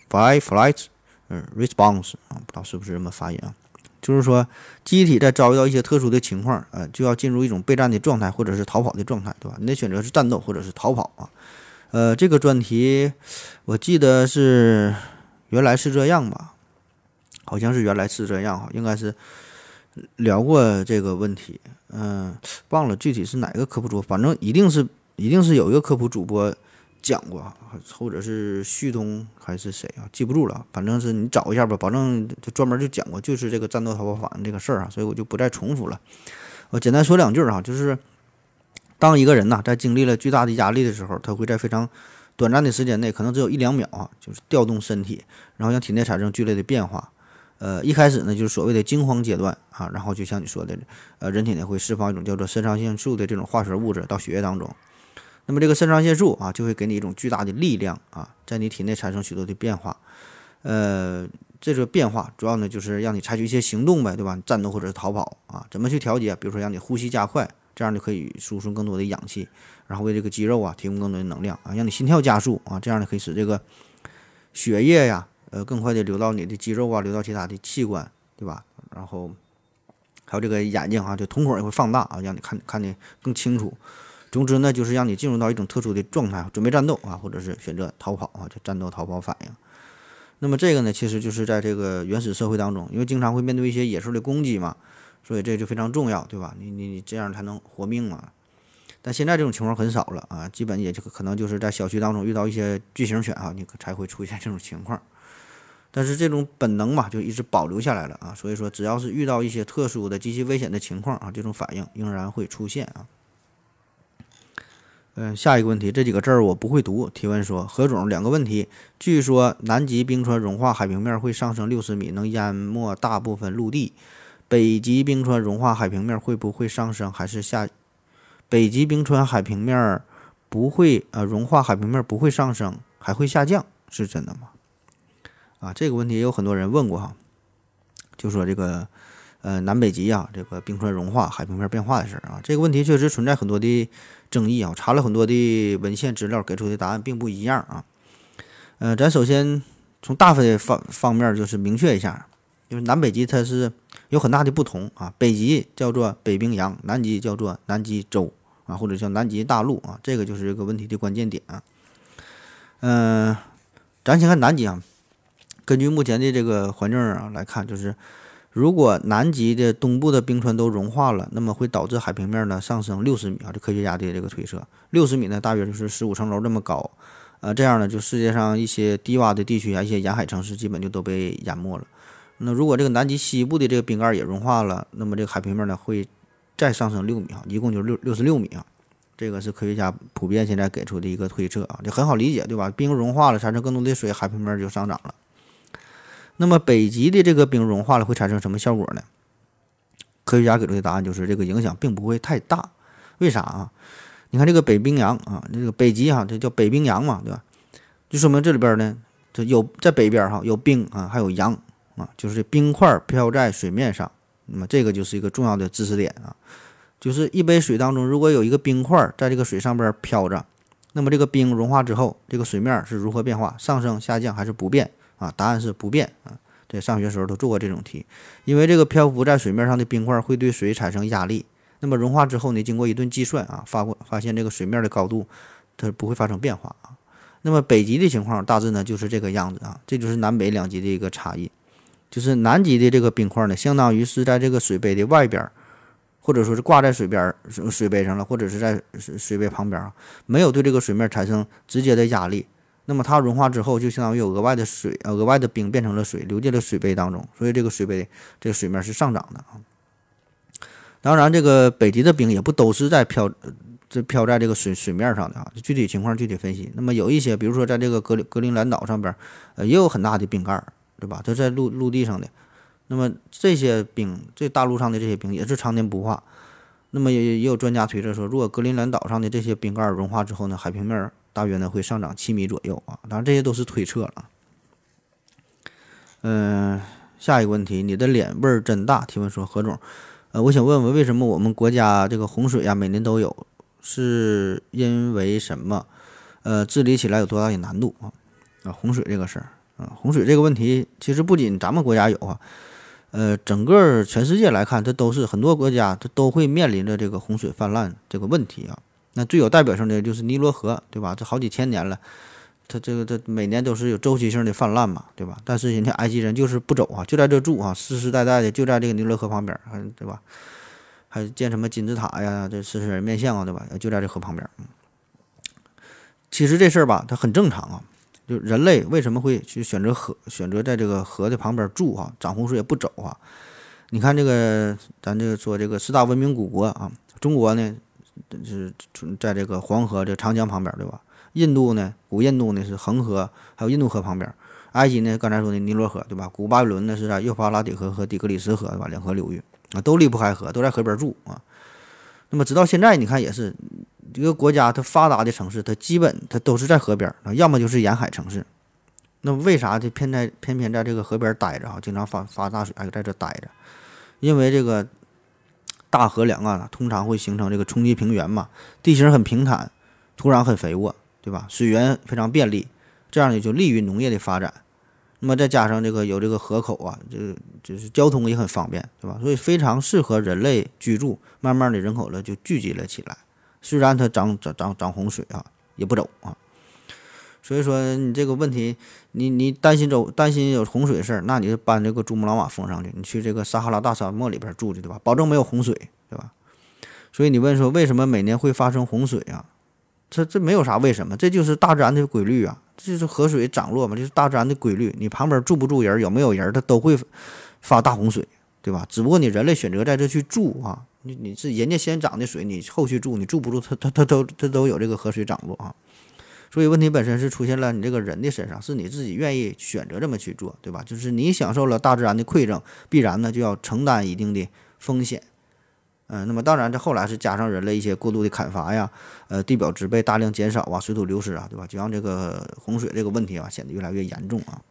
response 啊，不知道是不是这么发音啊？就是说，机体在遭遇到一些特殊的情况，就要进入一种备战的状态，或者是逃跑的状态，对吧？你的选择是战斗或者是逃跑啊。这个专题我记得是原来是这样吧，好像是原来是这样哈，应该是聊过这个问题，忘了具体是哪个科普主播，反正一定是有一个科普主播讲过，或者是旭东还是谁啊，记不住了，反正是你找一下吧，保证就专门就讲过，就是这个战斗逃跑反应这个事儿啊，所以我就不再重复了。我简单说两句哈，就是当一个人呐在经历了巨大的压力的时候，他会在非常短暂的时间内，可能只有1-2秒啊，就是调动身体，然后让体内产生剧烈的变化。一开始呢就是所谓的惊慌阶段啊，然后就像你说的，人体呢会释放一种叫做肾上腺素的这种化学物质到血液当中。那么这个肾上腺素啊，就会给你一种巨大的力量啊，在你体内产生许多的变化。这个变化主要呢就是让你采取一些行动呗，对吧？战斗或者是逃跑啊，怎么去调节？比如说让你呼吸加快，这样就可以输送更多的氧气，然后为这个肌肉啊提供更多的能量啊，让你心跳加速啊，这样呢可以使这个血液呀更快的流到你的肌肉啊，流到其他的器官，对吧？然后还有这个眼睛啊，就瞳孔也会放大啊，让你看得更清楚。总之呢，就是让你进入到一种特殊的状态，准备战斗啊，或者是选择逃跑啊，就战斗逃跑反应。那么这个呢，其实就是在这个原始社会当中，因为经常会面对一些野兽的攻击嘛，所以这就非常重要，对吧？你这样才能活命嘛。但现在这种情况很少了啊，基本也就可能就是在小区当中遇到一些巨型犬啊，你才会出现这种情况。但是这种本能嘛，就一直保留下来了啊。所以说，只要是遇到一些特殊的、极其危险的情况啊，这种反应仍然会出现啊。下一个问题，这几个字儿我不会读。提问说，何总2个问题。据说南极冰川融化，海平面会上升60米，能淹没大部分陆地。北极冰川融化，海平面会不会上升还是下？北极冰川海平面不会融化，海平面不会上升，还会下降，是真的吗？啊，这个问题也有很多人问过哈，就说这个南北极啊，这个冰川融化、海平面变化的事儿啊，这个问题确实存在很多的争议啊。查了很多的文献资料，给出的答案并不一样啊。咱首先从大的方面就是明确一下，就是南北极它是有很大的不同啊。北极叫做北冰洋，南极叫做南极洲啊，或者叫南极大陆啊，这个就是这个问题的关键点啊。咱先看南极啊，根据目前的这个环境啊来看，就是如果南极的东部的冰川都融化了，那么会导致海平面呢上升60米啊，这科学家的这个推测，60米呢大约就是15层楼这么高，这样呢就世界上一些低洼的地区啊，一些沿海城市基本就都被淹没了。那如果这个南极西部的这个冰盖也融化了，那么这个海平面呢会再上升6米啊，一共就是66米啊。 这个是科学家普遍现在给出的一个推测啊，这很好理解，对吧？冰融化了，产生更多的水，海平面就上涨了。那么北极的这个冰融化了会产生什么效果呢？科学家给出的答案就是这个影响并不会太大。为啥啊？你看这个北冰洋啊，这个北极哈，这叫北冰洋嘛，对吧？就说明这里边呢，这有在北边哈有冰啊，还有洋啊，就是冰块飘在水面上。那么这个就是一个重要的知识点啊，就是一杯水当中如果有一个冰块在这个水上边飘着，那么这个冰融化之后，这个水面是如何变化？上升、下降还是不变啊？答案是不变啊。这上学时候都做过这种题，因为这个漂浮在水面上的冰块会对水产生压力，那么融化之后呢，经过一顿计算啊，发现这个水面的高度它不会发生变化啊。那么北极的情况大致呢就是这个样子啊，这就是南北两极的一个差异。就是南极的这个冰块呢，相当于是在这个水杯的外边，或者说是挂在水杯上了，或者是在水杯旁边啊，没有对这个水面产生直接的压力。那么它融化之后，就相当于有额外的水，额外的冰变成了水，流进了水杯当中，所以这个水杯这个水面是上涨的啊。当然，这个北极的冰也不都是在飘在这个水面上的啊，具体情况具体分析。那么有一些，比如说在这个格陵兰岛上边，也有很大的冰盖，对吧？它在陆地上的。那么这些冰，这大陆上的这些冰也是常年不化。那么也有专家推测说，如果格陵兰岛上的这些冰盖融化之后呢，海平面大约呢会上涨7米左右啊。当然这些都是推测了。下一个问题，你的脸味儿真大。提问说，何总，我想问问为什么我们国家这个洪水啊每年都有，是因为什么？治理起来有多大的难度啊？洪水这个事儿啊，洪水这个问题其实不仅咱们国家有啊。整个全世界来看，这都是很多国家它都会面临着这个洪水泛滥这个问题啊。那最有代表性的就是尼罗河，对吧？这好几千年了，它每年都是有周期性的泛滥嘛，对吧？但是人家埃及人就是不走啊，就在这住啊，世世代代的就在这个尼罗河旁边，对吧？还建什么金字塔呀，这狮身人面像啊，对吧？就在这河旁边。其实这事儿吧，它很正常啊。就人类为什么会去选择在这个河的旁边住啊？涨洪水也不走啊？你看这个，咱这个说这个4大文明古国啊，中国呢是在这个黄河这长江旁边，对吧？印度呢，古印度呢是恒河，还有印度河旁边。埃及呢，刚才说的尼罗河，对吧？古巴比伦呢是在幼发拉底河和底格里斯河，对吧？两河流域啊，都离不开河，都在河边住啊。那么直到现在，你看也是。这个国家它发达的城市，它基本它都是在河边，要么就是沿海城市。那为啥就偏偏在这个河边待着啊？经常发大水还在这待着，因为这个大河两岸通常会形成这个冲积平原嘛，地形很平坦，土壤很肥沃，对吧？水源非常便利，这样也就利于农业的发展。那么再加上这个有这个河口啊，就是交通也很方便，对吧？所以非常适合人类居住。慢慢的人口呢就聚集了起来。虽然它涨洪水啊，也不走啊，所以说你这个问题，你担心有洪水的事儿，那你就搬这个珠穆朗玛峰上去，你去这个撒哈拉大沙漠里边住去，对吧？保证没有洪水，对吧？所以你问说为什么每年会发生洪水啊？这没有啥为什么，这就是大自然的规律啊，这就是河水涨落嘛，就是大自然的规律。你旁边住不住人，有没有人，它都会发大洪水，对吧？只不过你人类选择在这去住啊。你是人家先涨的水，你后续住，你住不住，它都有这个河水涨落啊。所以问题本身是出现了你这个人的身上，是你自己愿意选择这么去做，对吧？就是你享受了大自然的馈赠，必然呢就要承担一定的风险。那么当然这后来是加上人类一些过度的砍伐呀，地表植被大量减少啊，水土流失啊，对吧？就让这个洪水这个问题啊显得越来越严重啊。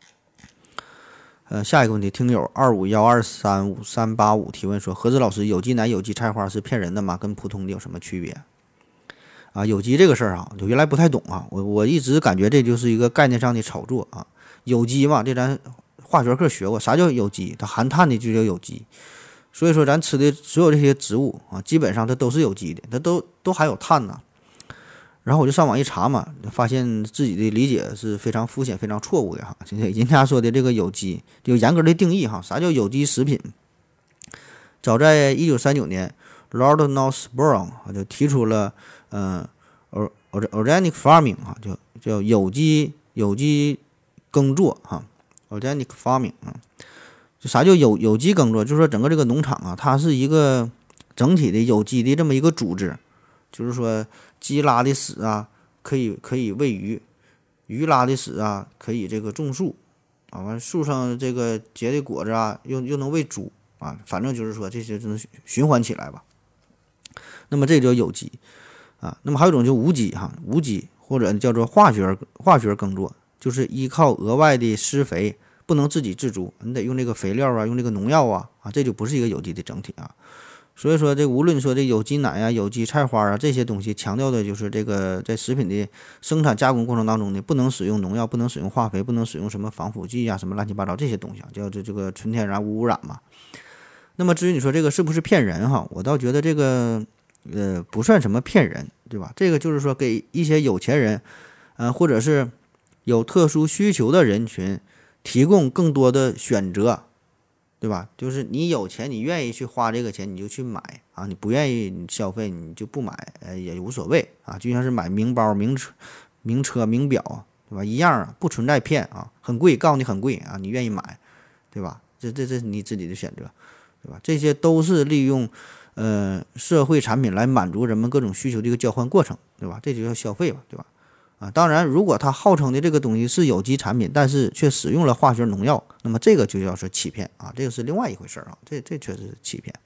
下一个问题，听友2512355385提问说，何子老师，有机奶、有机菜花是骗人的吗？跟普通的有什么区别？啊，有机这个事儿啊，我原来不太懂啊，我一直感觉这就是一个概念上的炒作啊。有机嘛，这咱化学课学过，啥叫有机？它含碳的就叫有机。所以说咱吃的所有这些植物啊，基本上它都是有机的，它都含有碳呐。然后我就上网一查嘛，发现自己的理解是非常肤浅、非常错误的哈。人家说的这个有机有严格的定义哈，啥叫有机食品？早在1939年 ，Lord Northbourne 就提出了organic farming 啊，叫有机耕作哈 ，organic farming 啊，就啥叫有机耕作？就是说整个这个农场啊，它是一个整体的有机的这么一个组织。 就是说鸡拉的屎啊，可以喂鱼，鱼拉的屎啊，可以这个种树啊，完树上这个结的果子啊，又能喂猪啊，反正就是说这些就能循环起来吧。那么这叫有机啊。那么还有一种就无机哈，无机或者叫做化学耕作，就是依靠额外的施肥，不能自给自足，你得用这个肥料啊，用这个农药啊，这就不是一个有机的整体啊。所以说这无论说这有机奶啊、有机菜花啊这些东西，强调的就是这个在食品的生产加工过程当中呢，不能使用农药，不能使用化肥，不能使用什么防腐剂啊、什么乱七八糟这些东西啊，叫这个纯天然无污染嘛。那么至于你说这个是不是骗人哈，我倒觉得这个不算什么骗人，对吧？这个就是说给一些有钱人，或者是有特殊需求的人群提供更多的选择，对吧？就是你有钱，你愿意去花这个钱，你就去买啊；你不愿意消费，你就不买，也无所谓啊。就像是买名包、名车、名表，对吧？一样啊，不存在骗啊，很贵，告诉你很贵啊，你愿意买，对吧？这是你自己的选择，对吧？这些都是利用社会产品来满足人们各种需求的一个交换过程，对吧？这就叫消费吧，对吧？啊，当然，如果它号称的这个东西是有机产品，但是却使用了化学农药，那么这个就叫是欺骗啊，这个是另外一回事啊，这确实是欺骗。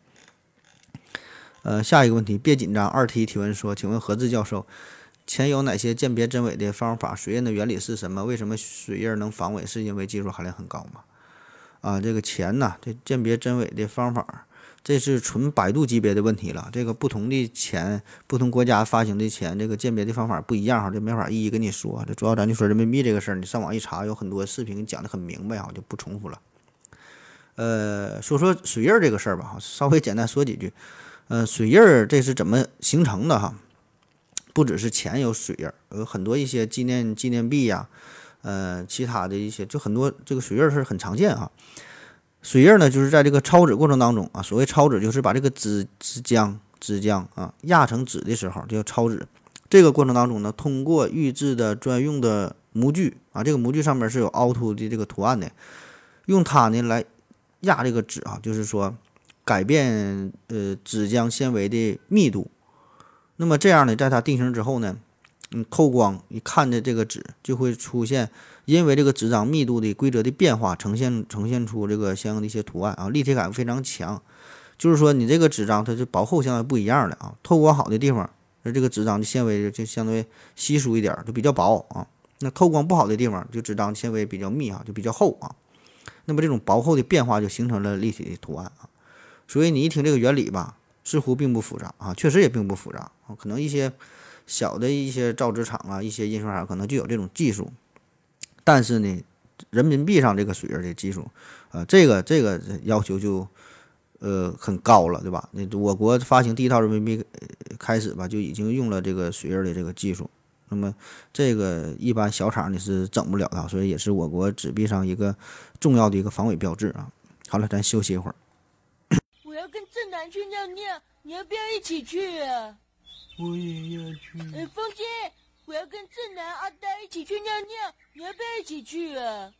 下一个问题，别紧张。2T 提问说，请问何志教授，钱有哪些鉴别真伪的方法？水印的原理是什么？为什么水印能防伪？是因为技术含量很高吗？啊，这个钱呢，这鉴别真伪的方法，这是纯百度级别的问题了。这个不同的钱，不同国家发行的钱，这个鉴别的方法不一样哈，这没法一一跟你说。这主要咱就说人民币这个事儿，你上网一查，有很多视频讲得很明白啊，我就不重复了。说水印这个事儿吧，稍微简单说几句。水印这是怎么形成的哈？不只是钱有水印，有很多一些纪念币呀，其他的一些就很多这个水印是很常见哈。水印呢，就是在这个抄纸过程当中啊，所谓抄纸就是把这个纸浆啊压成纸的时候就叫抄纸。这个过程当中呢，通过预制的专用的模具啊，这个模具上面是有凹凸的这个图案的，用它呢来压这个纸啊，就是说改变纸浆纤维的密度。那么这样呢，在它定型之后呢，透光一看的这个纸就会出现，因为这个纸张密度的规则的变化，呈现出这个相应的一些图案啊，立体感非常强。就是说你这个纸张它是薄厚相对不一样的啊，透光好的地方，这个纸张的纤维就相对稀疏一点，就比较薄啊。那透光不好的地方，就纸张纤维比较密啊，就比较厚啊。那么这种薄厚的变化就形成了立体的图案啊。所以你一听这个原理吧，似乎并不复杂啊，确实也并不复杂啊，可能一些小的一些造纸厂啊，一些印刷厂可能就有这种技术，但是呢，人民币上这个水印的技术，这个要求就很高了，对吧？那我国发行第一套人民币开始吧，就已经用了这个水印的这个技术。那么这个一般小厂你是整不了的，所以也是我国纸币上一个重要的一个防伪标志啊。好了，咱休息一会儿。 我要跟正南去尿尿，你要不要一起去啊？ 我也要去。 风姐，我要跟正南、阿呆一起去尿尿，你要不要一起去啊？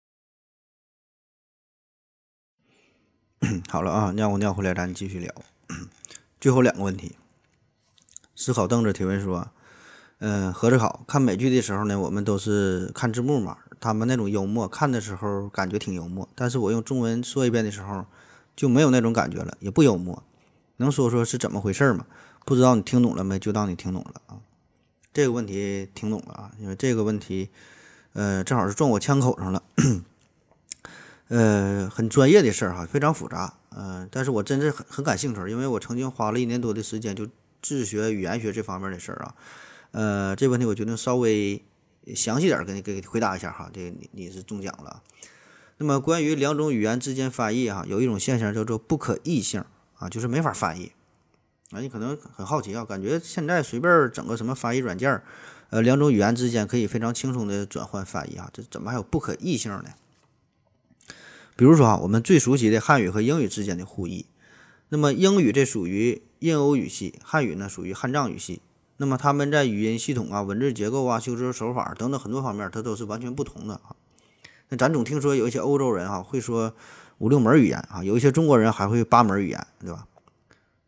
好了啊，尿回来咱继续聊。最后2个问题。思考凳子提问说，何志好，看美剧的时候呢，我们都是看字幕嘛，他们那种幽默，看的时候感觉挺幽默，但是我用中文说一遍的时候就没有那种感觉了，也不幽默。能说说是怎么回事吗？不知道你听懂了没？就当你听懂了啊。这个问题听懂了啊，因为这个问题，正好是撞我枪口上了。很专业的事儿哈，非常复杂，但是我真是很感兴趣，因为我曾经花了1年多的时间就自学语言学这方面的事儿啊。这问题我决定稍微详细点给你回答一下哈，这个你是中奖了。那么关于2种语言之间翻译哈，有一种现象叫做不可译性啊，就是没法翻译啊。你可能很好奇啊，感觉现在随便整个什么翻译软件，2种语言之间可以非常轻松的转换翻译啊，这怎么还有不可译性呢？比如说啊，我们最熟悉的汉语和英语之间的互译，那么英语这属于印欧语系，汉语呢属于汉藏语系，那么他们在语音系统啊、文字结构啊、修辞手法等等很多方面，它都是完全不同的啊。那咱总听说有一些欧洲人啊会说5、6门语言啊，有一些中国人还会8门语言，对吧？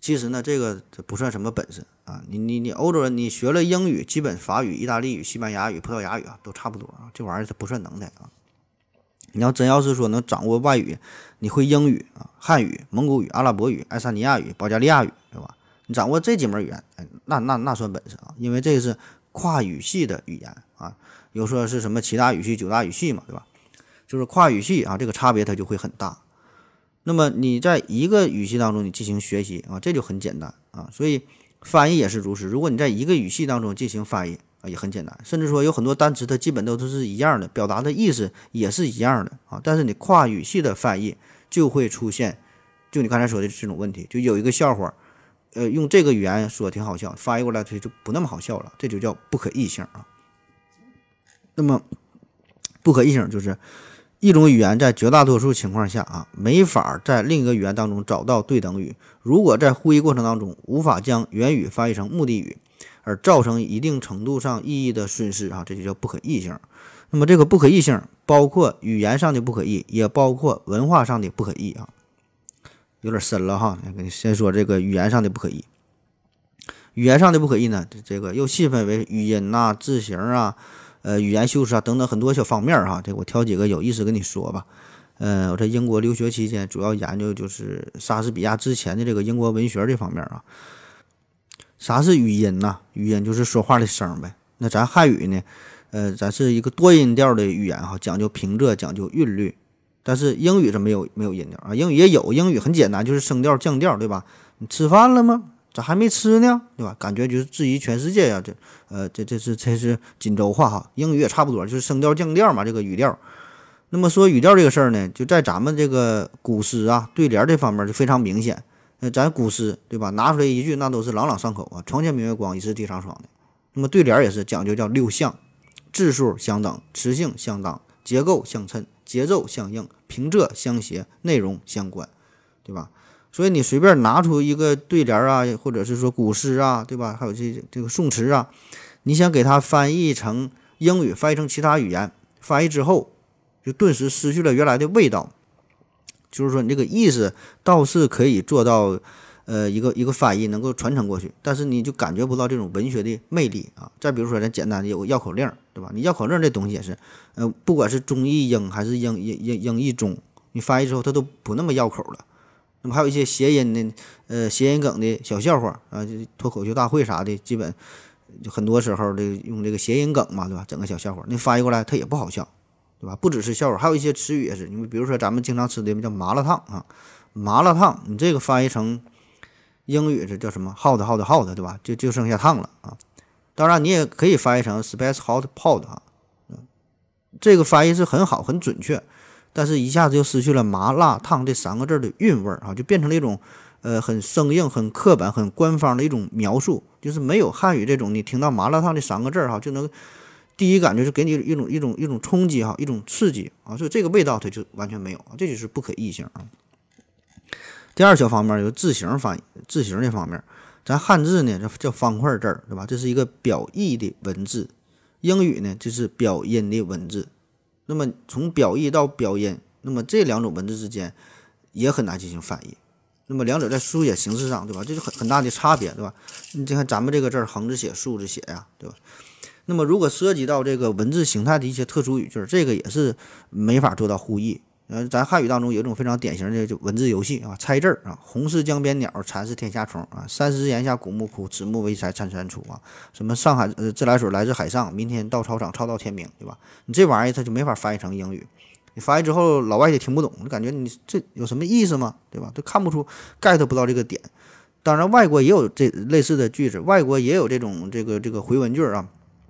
其实呢，这不算什么本事啊。你欧洲人，你学了英语，基本法语、意大利语、西班牙语、葡萄牙语啊，都差不多啊。这玩意儿它不算能耐啊。你要是说能掌握外语，你会英语啊、汉语、蒙古语、阿拉伯语、爱沙尼亚语、保加利亚语，对吧？你掌握这几门语言，那算本事啊，因为这是跨语系的语言啊。有说是什么7大语系、9大语系嘛，对吧？就是跨语系啊，这个差别它就会很大。那么你在一个语系当中你进行学习啊，这就很简单啊。所以翻译也是如此，如果你在一个语系当中进行翻译啊，也很简单。甚至说有很多单词它基本都是一样的，表达的意思也是一样的啊。但是你跨语系的翻译就会出现，就你刚才说的这种问题，就有一个笑话，用这个语言说挺好笑，翻译过来它就不那么好笑了，这就叫不可译性啊。那么不可译性就是一种语言在绝大多数情况下啊，没法在另一个语言当中找到对等语。如果在会议过程当中无法将原语翻译成目的语，而造成一定程度上意义的损失啊，这就叫不可译性。那么这个不可译性包括语言上的不可译，也包括文化上的不可译啊，有点深了哈。先说这个语言上的不可译。语言上的不可译呢，这个又细分为语音啊、字形啊、语言修饰啊等等很多小方面哈。这我挑几个有意思跟你说吧。我在英国留学期间，主要研究就是莎士比亚之前的这个英国文学这方面啊。啥是语音呢？语音就是说话的声呗。那咱汉语呢？咱是一个多音调的语言哈，讲究平仄，讲究韵律。但是英语是没有音调啊，英语也有，英语很简单，就是升调降调，对吧？你吃饭了吗？咋还没吃呢？对吧？感觉就是质疑全世界呀、这是锦州话哈，英语也差不多，就是升调降调嘛，这个语调。那么说语调这个事儿呢，就在咱们这个古诗啊、对联这方面就非常明显。咱古诗对吧，拿出来一句那都是朗朗上口啊，床前明月光，疑是地上霜的。那么对联也是讲究叫六项，字数相等，词性相当，结构相称，节奏相应，平仄相谐，内容相关，对吧？所以你随便拿出一个对联啊，或者是说古诗啊，对吧？还有这个宋词啊，你想给它翻译成英语，翻译成其他语言，翻译之后就顿时失去了原来的味道。就是说你这个意思倒是可以做到一个翻译能够传承过去，但是你就感觉不到这种文学的魅力啊。再比如说咱简单的有个绕口令，对吧？你绕口令这东西也是不管是中译英还是英译中，你翻译之后它都不那么绕口了。那么还有一些谐音的谐音梗的小笑话啊，就脱口秀大会啥的，基本就很多时候的用这个谐音梗嘛，对吧？整个小笑话那翻译过来它也不好笑，对吧？不只是笑话，还有一些词语也是。你比如说咱们经常吃的叫麻辣烫啊，麻辣烫，你这个翻译成英语是叫什么 hot， 对吧？就剩下烫了啊。当然你也可以翻译成 spice hot pot 啊，这个翻译是很好很准确，但是一下子就失去了麻辣烫这3个字的韵味啊，就变成了一种很生硬、很刻板、很官方的一种描述，就是没有汉语这种你听到麻辣烫这3个字哈，就能第一感觉是给你一种冲击哈，一种刺激啊，所以这个味道它就完全没有啊，这就是不可译性啊。第二小方面有字形翻译，字形这方面，咱汉字呢这叫方块字儿，对吧？这是一个表意的文字，英语呢就是表音的文字。那么从表意到表音，那么这2种文字之间也很难进行翻译。那么两者在书写形式上，对吧？这是很大的差别，对吧？你看咱们这个字横着写、竖着写呀，对吧？那么如果涉及到这个文字形态的一些特殊语句，这个也是没法做到互译。咱汉语当中有一种非常典型的就文字游戏啊，猜字儿啊，红是江边鸟，蚕是天下虫啊，30檐下古木枯，子木为柴参参出啊，什么上海自来水来自海上，明天到操场操到天明，对吧？你这玩意儿它就没法翻译成英语，你翻译之后老外也听不懂，就感觉你这有什么意思吗？对吧？都看不出 get 不到这个点。当然外国也有这类似的句子，外国也有这种这个回文句啊。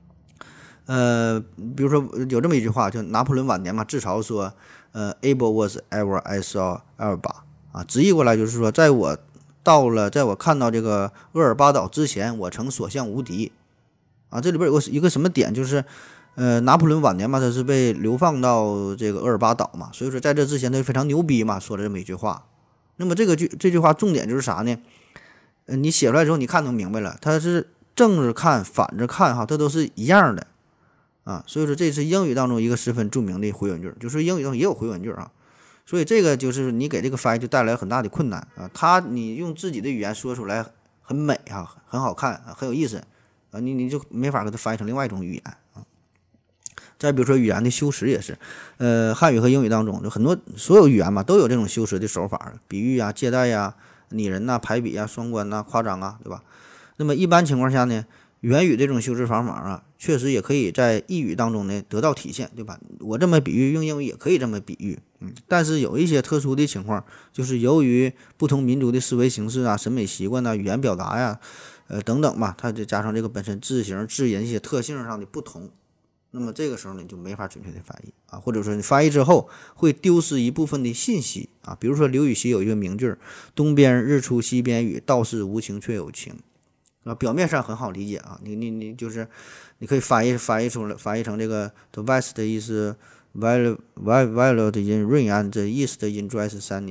比如说有这么一句话，就拿破仑晚年嘛，自嘲说Able was ever I saw Elba 啊，直译过来就是说，在我看到这个厄尔巴岛之前，我曾所向无敌啊。这里边有一个什么点，就是拿破仑晚年嘛，他是被流放到这个厄尔巴岛嘛，所以说在这之前他非常牛逼嘛，说了这么一句话。那么这句话重点就是啥呢？你写出来之后你看能明白了，它是正着看反着看哈，它都是一样的啊。所以说这是英语当中一个十分著名的回文句，就是英语当中也有回文句啊。 所以这个就是你给这个翻译就带来很大的困难啊。你用自己的语言说出来很美啊，很好看啊，很有意思啊，你就没法给它翻译成另外一种语言啊。再比如说语言的修辞也是，汉语和英语当中就很多所有语言嘛都有这种修辞的手法，比喻啊、借代呀、拟人呐、排比啊、双关呐、夸张啊，对吧？那么一般情况下呢，元语这种修辞方法啊，确实也可以在意语当中呢得到体现，对吧？我这么比喻，用英语也可以这么比喻，但是有一些特殊的情况，就是由于不同民族的思维形式啊、审美习惯呐、语言表达呀，等等吧，它就加上这个本身字形、字音一些特性上的不同。那么这个时候呢，就没法准确的翻译啊，或者说你翻译之后会丢失一部分的信息啊。比如说刘禹锡有一个名句东边日出西边雨，道是无晴却有晴啊，表面上很好理解啊，你就是你可以翻译出来，翻译成这个 the west is violet in rain and the east in dry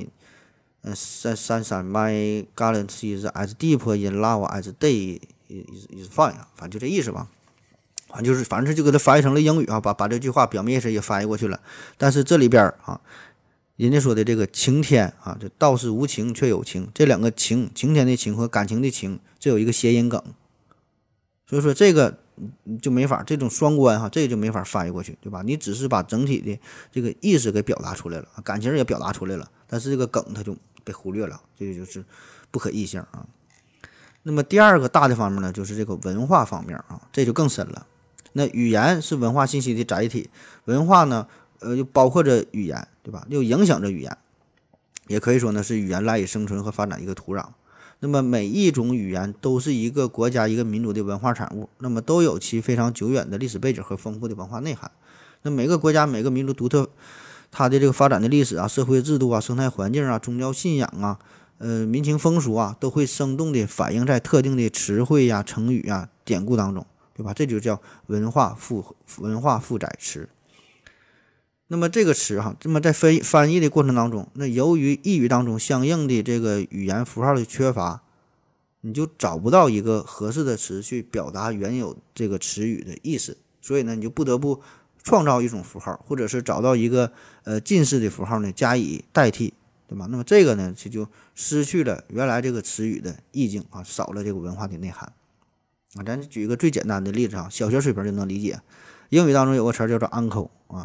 sunny。sunshine my garland is as deep in lava as day is fine 啊，反正就这意思吧。反正就给它翻译成了英语啊，把这句话表面意思也翻译过去了。但是这里边啊，人家说的这个晴天啊，这道是无晴却有晴，这两个晴天的晴和感情的情，这有一个谐音梗，所以说这个就没法，这种双关哈，这个就没法翻译过去，对吧？你只是把整体的这个意思给表达出来了，感情也表达出来了，但是这个梗它就被忽略了，这个就是不可译性啊。那么第二个大的方面呢，就是这个文化方面啊，这就更深了。那语言是文化信息的载体，文化呢，又包括着语言，对吧？又影响着语言，也可以说呢是语言赖以生存和发展一个土壤。那么每一种语言都是一个国家一个民族的文化产物，那么都有其非常久远的历史背景和丰富的文化内涵。那每个国家每个民族独特它的这个发展的历史啊、社会制度啊、生态环境啊、宗教信仰啊、民情风俗啊，都会生动地反映在特定的词汇呀、成语啊、典故当中。对吧？这就叫文化负载词。那么这个词哈，这么在翻译的过程当中，那由于意语当中相应的这个语言符号的缺乏，你就找不到一个合适的词去表达原有这个词语的意思，所以呢，你就不得不创造一种符号，或者是找到一个近似的符号呢加以代替，对吧？那么这个呢，就失去了原来这个词语的意境啊，少了这个文化的内涵。啊，咱举一个最简单的例子啊，小学水平就能理解。英语当中有个词叫做 uncle 啊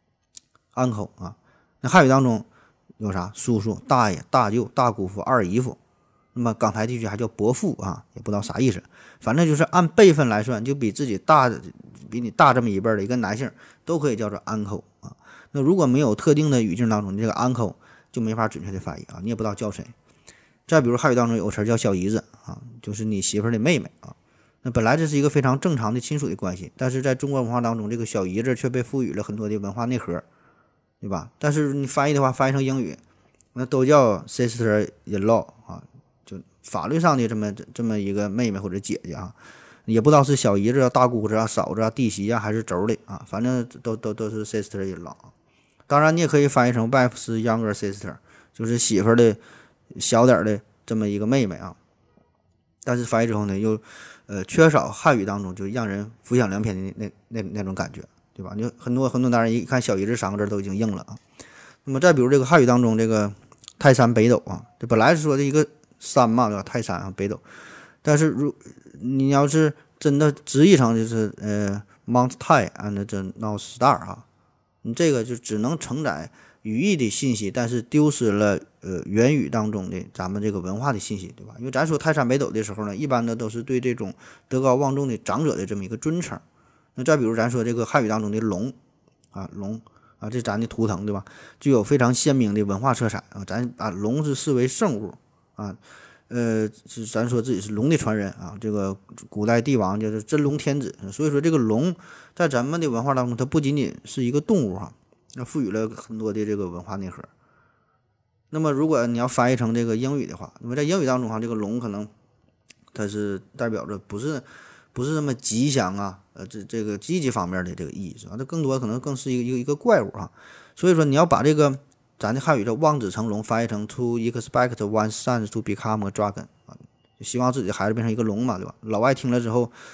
，uncle 啊，那汉语当中有啥？叔叔、大爷、大舅、大姑父、二姨夫。那么港台地区还叫伯父啊，也不知道啥意思。反正就是按辈分来算，就比你大这么一辈的一个男性都可以叫做 uncle 啊。那如果没有特定的语境当中，你这个 uncle 就没法准确的翻译啊，你也不知道叫谁。再比如汉语当中有个词叫小姨子啊，就是你媳妇儿的妹妹啊。那本来这是一个非常正常的亲属的关系，但是在中国文化当中，这个小姨子却被赋予了很多的文化内核，对吧？但是你翻译的话，翻译成英语，那都叫 sister-in-law 啊，就法律上的这么一个妹妹或者姐姐啊，也不知道是小姨子啊、大姑子啊、嫂子啊、弟媳啊，还是妯娌啊，反正都是 sister-in-law。当然，你也可以翻译成 wife's younger sister， 就是媳妇的小点的这么一个妹妹啊。但是翻译之后呢，又缺少汉语当中就让人浮想联翩的那种感觉，对吧？就很多当然一看小姨子三个字都已经硬了啊。那么再比如这个汉语当中这个泰山北斗啊，这本来是说的一个山嘛，对吧？泰山啊，北斗。但是你要是真的直译成就是Mount Tai and the North Star 啊，你这个就只能承载语义的信息，但是丢失了原语当中的咱们这个文化的信息，对吧？因为咱说泰山北斗的时候呢，一般的都是对这种德高望重的长者的这么一个尊称。那再比如咱说这个汉语当中的龙啊，这咱的图腾，对吧？具有非常鲜明的文化色彩啊，咱把龙是视为圣物啊，是咱说自己是龙的传人啊，这个古代帝王就是真龙天子，所以说这个龙在咱们的文化当中，它不仅仅是一个动物哈。那赋予了很多的这个文化内核。那么如果你要翻译成这个英语的话，那么在英语当中哈，这个龙可能它是代表着不是那么吉祥啊，这个积极方面的这个意义是吧？它更多可能更是一个怪物啊。所以说你要把这个咱的汉语叫望子成龙翻译成 to expect one's son to become a dragon 啊，就希望自己的孩子变成一个龙嘛，对吧？老外听了之后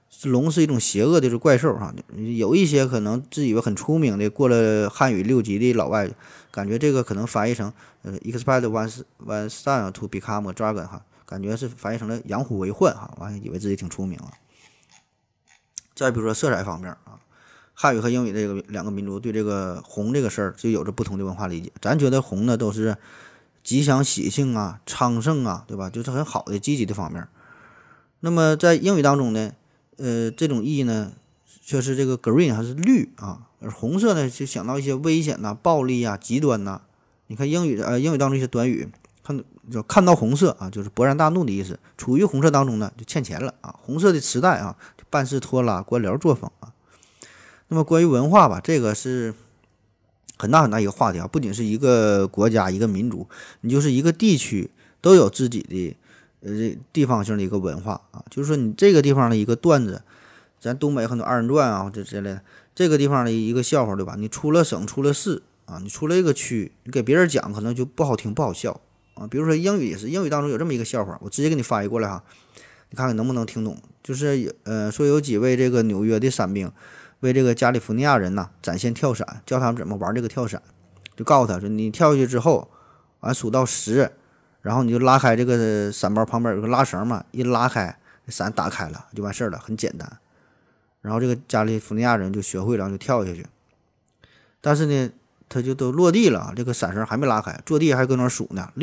龙是一种邪恶的就是怪兽哈。有一些可能自以为很出名的，过了汉语6级的老外，感觉这个可能翻译成expect one son to become a dragon 哈，感觉是翻译成了养虎为患哈，完以为自己挺出名了。再比如说色彩方面啊，汉语和英语这个两个民族对这个红这个事儿就有着不同的文化理解。咱觉得红呢都是吉祥喜庆啊、昌盛啊，对吧？就是很好的积极的方面。那么在英语当中呢，这种意义呢，却是这个 green 还是绿啊，而红色呢就想到一些危险呐、暴力啊、极端呐。你看英语当中一些短语，看到红色啊，就是勃然大怒的意思。处于红色当中呢，就欠钱了啊。红色的磁带啊，就办事拖拉、官僚作风啊。那么关于文化吧，这个是很大很大一个话题啊，不仅是一个国家一个民族，你就是一个地区都有自己的地方性的一个文化啊。就是说你这个地方的一个段子，咱东北很多二人转啊这之类的，这个地方的一个笑话，对吧？你出了省出了市啊，你出了一个区，你给别人讲可能就不好听不好笑啊。比如说英语也是，英语当中有这么一个笑话，我直接给你翻译过来哈，你看看能不能听懂。就是说有几位这个纽约的伞兵为这个加利福尼亚人呐展现跳伞，教他们怎么玩这个跳伞，就告诉他说你跳下去之后，完数到10，然后你就拉开这个伞包旁边有个拉绳嘛，一拉开伞打开了就完事儿了，很简单。然后这个加利福尼亚人就学会了，就跳下去。但是呢，他就都落地了，这个伞绳还没拉开，坐地还搁那儿数呢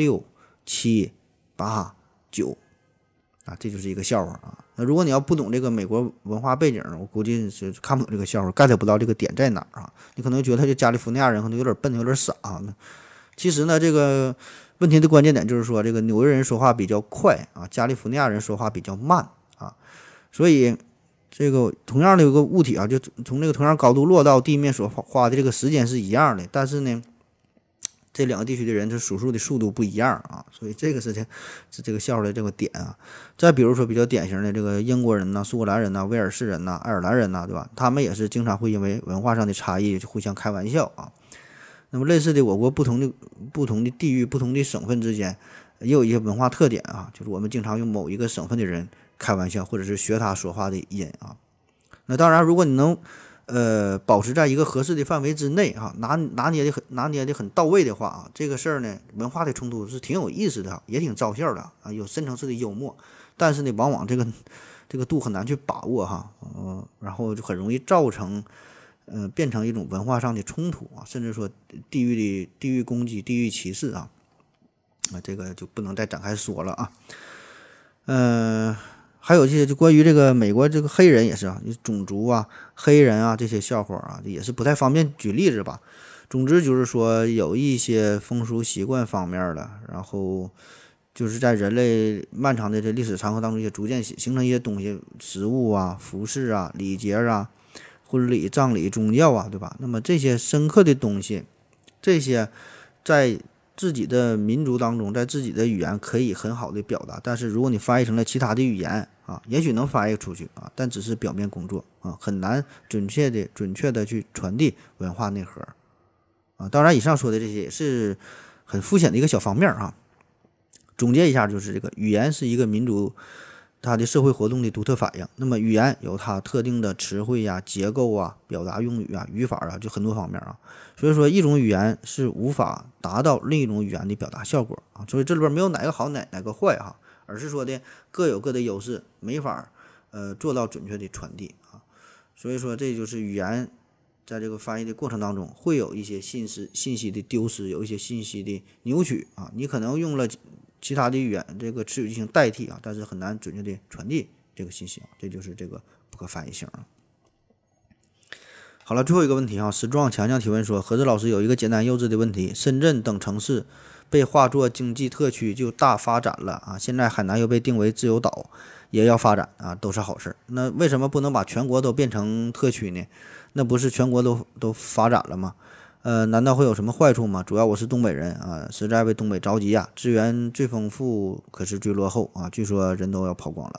，6、7、8、9啊，这就是一个笑话啊。那如果你要不懂这个美国文化背景，我估计是看不懂这个笑话 ，get 不到这个点在哪儿啊。你可能觉得这加利福尼亚人可能有点笨，有点傻啊。其实呢，这个问题的关键点就是说，这个纽约人说话比较快啊，加利福尼亚人说话比较慢啊，所以这个同样的一个物体啊，就从这个同样高度落到地面所花的这个时间是一样的，但是呢，这两个地区的人这数数的速度不一样啊，所以这个是这个笑话的这个点啊。再比如说比较典型的这个英国人呐、苏格兰人呐、威尔士人呐、爱尔兰人呐，对吧？他们也是经常会因为文化上的差异互相开玩笑啊。那么类似的，我国不同的地域、不同的省份之间也有一些文化特点啊，就是我们经常用某一个省份的人开玩笑，或者是学他说话的音啊。那当然，如果你能保持在一个合适的范围之内哈，拿捏的很到位的话啊，这个事儿呢，文化的冲突是挺有意思的，也挺招笑的啊，有深层次的幽默。但是呢，往往这个度很难去把握哈，然后就很容易造成变成一种文化上的冲突啊，甚至说地域攻击、地域歧视啊，这个就不能再展开说了啊。还有这些就关于这个美国这个黑人也是啊，种族啊、黑人啊这些笑话啊，也是不太方便举例子吧。总之就是说有一些风俗习惯方面的，然后就是在人类漫长的这历史长河当中，也逐渐形成一些东西，食物啊、服饰啊、礼节啊、婚礼、葬礼、宗教啊，对吧？那么这些深刻的东西，这些在自己的民族当中，在自己的语言可以很好的表达，但是如果你翻译成了其他的语言啊，也许能翻译出去啊，但只是表面工作啊，很难准确的去传递文化内核啊。当然，以上说的这些也是很肤浅的一个小方面啊。总结一下，就是这个语言是一个民族它的社会活动的独特反应。那么语言有它特定的词汇啊、结构啊、表达用语啊、语法啊，就很多方面啊。所以说，一种语言是无法达到另一种语言的表达效果啊。所以这里边没有哪个好哪个坏哈，而是说的各有各的优势，没法做到准确的传递啊。所以说，这就是语言在这个翻译的过程当中会有一些信息的丢失，有一些信息的扭曲啊。你可能用了其他的语言这个词语进行代替啊，但是很难准确的传递这个信息啊，这就是这个不可翻译性啊。好了，最后一个问题啊，石壮强提问说，何子老师有一个简单幼稚的问题，深圳等城市被划作经济特区就大发展了啊，现在海南又被定为自由岛，也要发展啊，都是好事。那为什么不能把全国都变成特区呢？那不是全国都发展了吗？难道会有什么坏处吗？主要我是东北人啊，实在为东北着急啊，资源最丰富，可是最落后啊，据说人都要跑光了。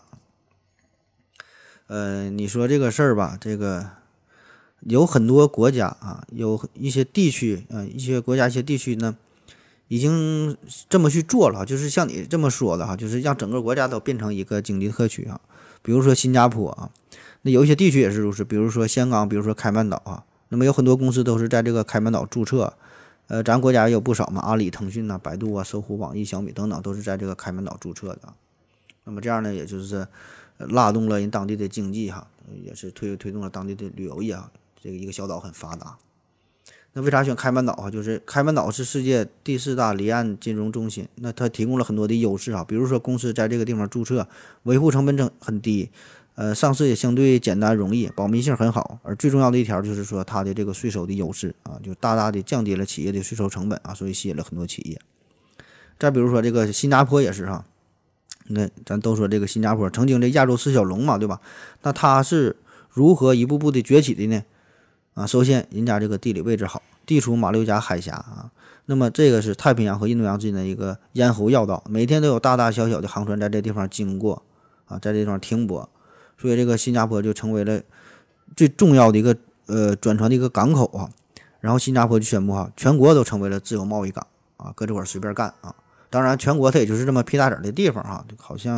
你说这个事儿吧，这个有很多国家啊，有一些地区一些国家一些地区呢，已经这么去做了，就是像你这么说的哈，就是让整个国家都变成一个经济特区啊。 比如说新加坡啊，那有一些地区也是如此，比如说香港，比如说开曼岛啊，那么有很多公司都是在这个开曼岛注册。咱国家也有不少嘛，阿里、腾讯呐、百度啊、搜狐、网易、小米等等，都是在这个开曼岛注册的。那么这样呢，也就是拉动了人当地的经济哈，也是推动了当地的旅游业啊。这个一个小岛很发达。那为啥选开曼岛啊？就是开曼岛是世界第4大离岸金融中心，那它提供了很多的优势啊，比如说公司在这个地方注册，维护成本很低，上市也相对简单容易，保密性很好，而最重要的一条就是说它的这个税收的优势啊，就大大的降低了企业的税收成本啊，所以吸引了很多企业。再比如说这个新加坡也是哈，那咱都说这个新加坡曾经这亚洲四小龙嘛，对吧？那它是如何一步步的崛起的呢？啊，首先人家这个地理位置好，地处马六甲海峡啊，那么这个是太平洋和印度洋之间的一个咽喉要道，每天都有大大小小的航船在这地方经过啊，在这地方停泊，所以这个新加坡就成为了最重要的一个转船的一个港口啊。然后新加坡就宣布哈，全国都成为了自由贸易港啊，搁这块随便干啊。当然，全国它也就是这么屁大点的地方哈，好像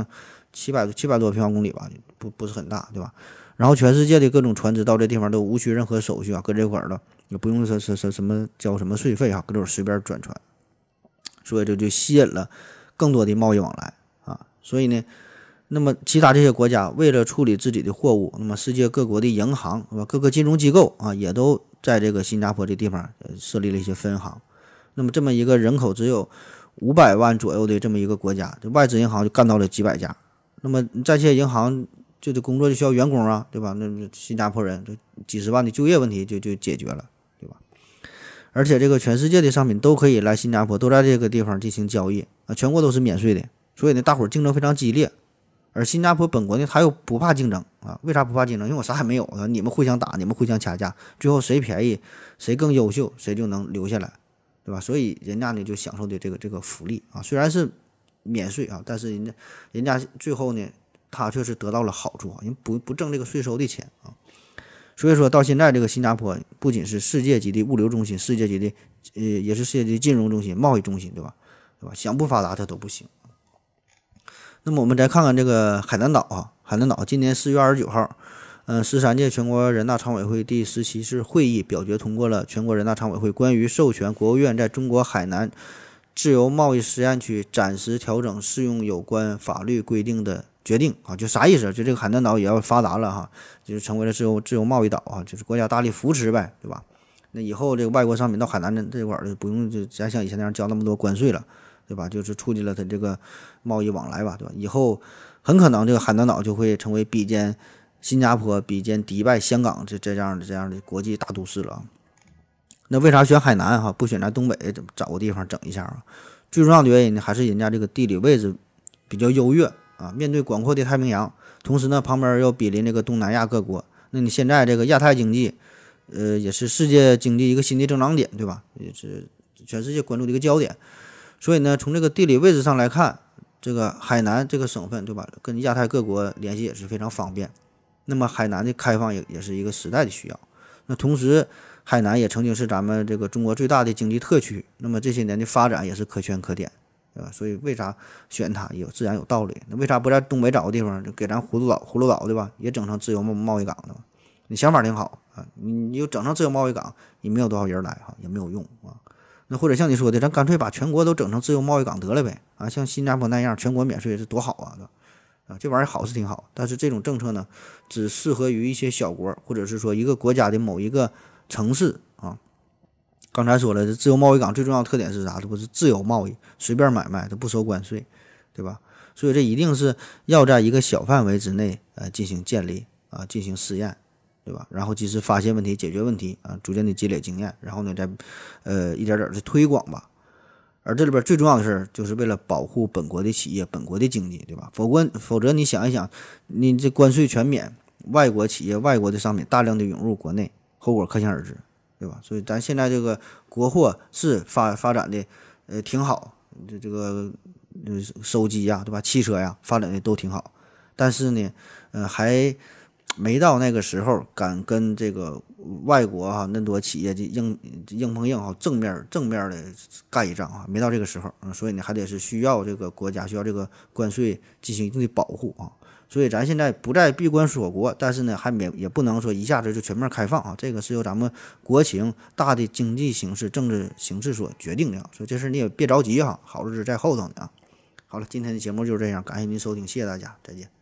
700多平方公里吧，不是很大，对吧？然后全世界的各种船只到这地方都无需任何手续啊，搁这块儿的也不用什么交什么税费啊，搁这随便转船，所以这就吸引了更多的贸易往来啊。所以呢，那么其他这些国家为了处理自己的货物，那么世界各国的银行是吧，各个金融机构啊，也都在这个新加坡这地方设立了一些分行。那么这么一个人口只有500万左右的这么一个国家，这外资银行就干到了几百家。那么在这些银行就得工作就需要员工啊，对吧？那新加坡人这几十万的就业问题就解决了，对吧？而且这个全世界的商品都可以来新加坡，都在这个地方进行交易啊，全国都是免税的，所以呢，大伙儿竞争非常激烈。而新加坡本国呢，他又不怕竞争啊，为啥不怕竞争？因为我啥也没有啊，你们互相打，你们互相掐架，最后谁便宜，谁更优秀，谁就能留下来，对吧？所以人家呢就享受的这个福利啊，虽然是免税啊，但是人家最后呢，他却是得到了好处啊，因为不挣这个税收的钱啊。所以说到现在，这个新加坡不仅是世界级的物流中心，世界级的也是世界级的金融中心、贸易中心，对吧？想不发达它都不行。那么我们再看看这个海南岛啊，海南岛今年4月29号，13届全国人大常委会第17次会议表决通过了全国人大常委会关于授权国务院在中国海南自由贸易试验区暂时调整适用有关法律规定的决定啊。就啥意思？就这个海南岛也要发达了哈，就是成为了自由贸易岛啊，就是国家大力扶持呗，对吧？那以后这个外国商品到海南这块儿就不用就咱像以前那样交那么多关税了，对吧？就是促进了它这个贸易往来吧，对吧？以后很可能这个海南岛就会成为比肩新加坡、比肩迪拜、香港这样的国际大都市了。那为啥选海南哈，不选在东北找个地方整一下啊？最重要的原因呢，还是人家这个地理位置比较优越啊，面对广阔的太平洋，同时呢旁边又毗邻这个东南亚各国。那你现在这个亚太经济，也是世界经济一个新的增长点，对吧？也是全世界关注的一个焦点。所以呢，从这个地理位置上来看，这个海南这个省份，对吧，跟亚太各国联系也是非常方便。那么海南的开放也是一个时代的需要。那同时，海南也曾经是咱们这个中国最大的经济特区。那么这些年的发展也是可圈可点，对吧？所以为啥选它也自然有道理。那为啥不在东北找个地方，就给咱葫芦岛，对吧？也整成自由贸易港的嘛？你想法挺好啊，你又整成自由贸易港，你没有多少人来哈，也没有用啊。那或者像你说的，咱干脆把全国都整成自由贸易港得了呗啊，像新加坡那样全国免税是多好啊，对吧？啊，这玩意儿好是挺好，但是这种政策呢，只适合于一些小国，或者是说一个国家的某一个城市啊。刚才说了，这自由贸易港最重要的特点是啥？这不是自由贸易，随便买卖，它不收关税，对吧？所以这一定是要在一个小范围之内进行建立啊，进行试验，对吧？然后及时发现问题，解决问题啊，逐渐的积累经验，然后呢再一点点的推广吧。而这里边最重要的事就是为了保护本国的企业、本国的经济，对吧？否则你想一想，你这关税全免，外国企业、外国的商品大量的涌入国内，后果可想而知，对吧？所以咱现在这个国货是发展的挺好，这个手机呀，对吧？汽车呀发展的都挺好，但是呢还没到那个时候敢跟这个外国哈那多企业就硬碰硬哈正面的干一仗啊，没到这个时候所以呢还得是需要这个国家需要这个关税进行一定的保护啊。 所以咱现在不再闭关锁国，但是呢，也不能说一下子就全面开放啊，这个是由咱们国情、大的经济形势、政治形势所决定的啊，所以这事你也别着急哈，好日子在后头呢啊。好了，今天的节目就是这样，感谢您收听，谢谢大家，再见。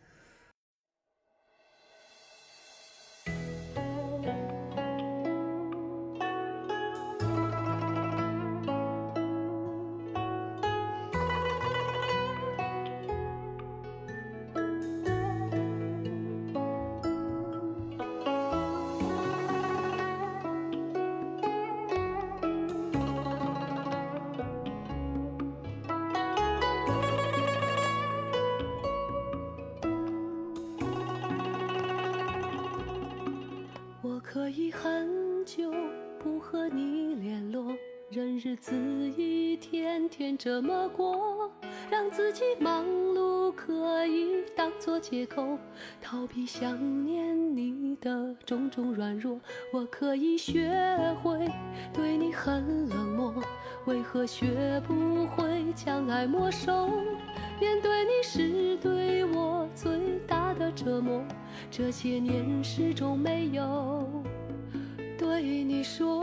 我可以很久不和你联络，任日子一天天这么过，让自己忙碌可以当作借口，逃避想念你的种种软弱。我可以学会对你很冷漠，为何学不会将爱没收？面对你是对我最大的折磨，这些年始终没有对你说。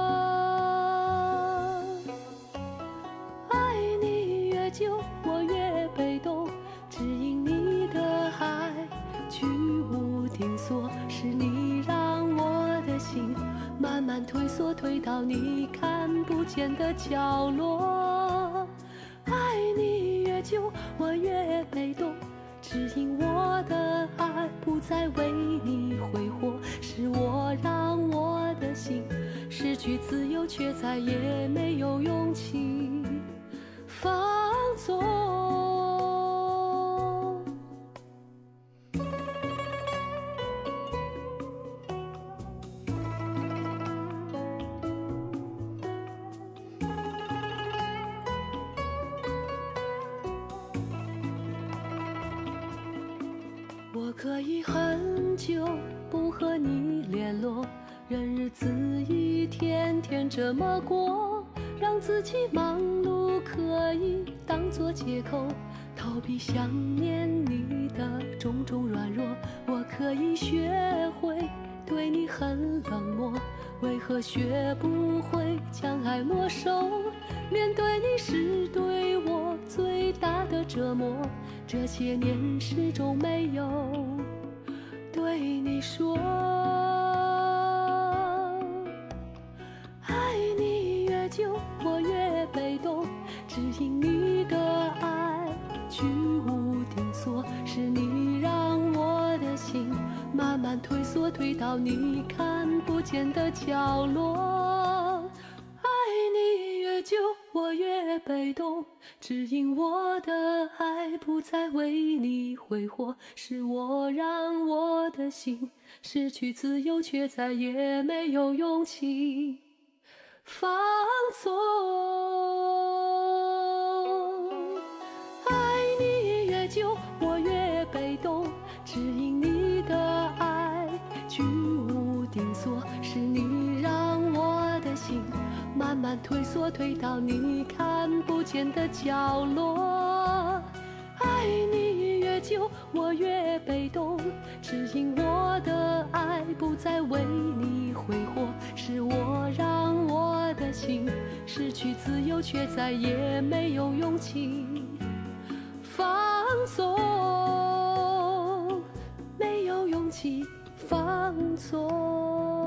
爱你越久我越被动，只因你的爱居无定所，是你让我的心慢慢退缩，退到你看不见的角落。爱你越久我越被动，只因我的爱不再为你挥霍，是我让我的心失去自由，却再也没有勇气放纵。我可以很久不和你联络，任日子一天天这么过，让自己忙碌可以当作借口，逃避想念你的种种软弱。我可以学会对你很冷漠，为何学不会将爱没收？面对你是对我最大的折磨，这些年始终没有对你说。爱你越久我越被动，只因你的爱居无定所，是你让我的心慢慢退缩，退到你看不见的角落。爱你越久我越被动，只因我的爱不再为你挥霍，是我让我的心失去自由，却再也没有勇气放纵。爱你越久我越被动，只因你的爱居无定所，是你让我的心慢慢退缩，退到你看不见的角落。爱你越久我越被动，只因我的爱不再为你挥霍，是我让我的心失去自由，却再也没有勇气放纵，没有勇气放纵。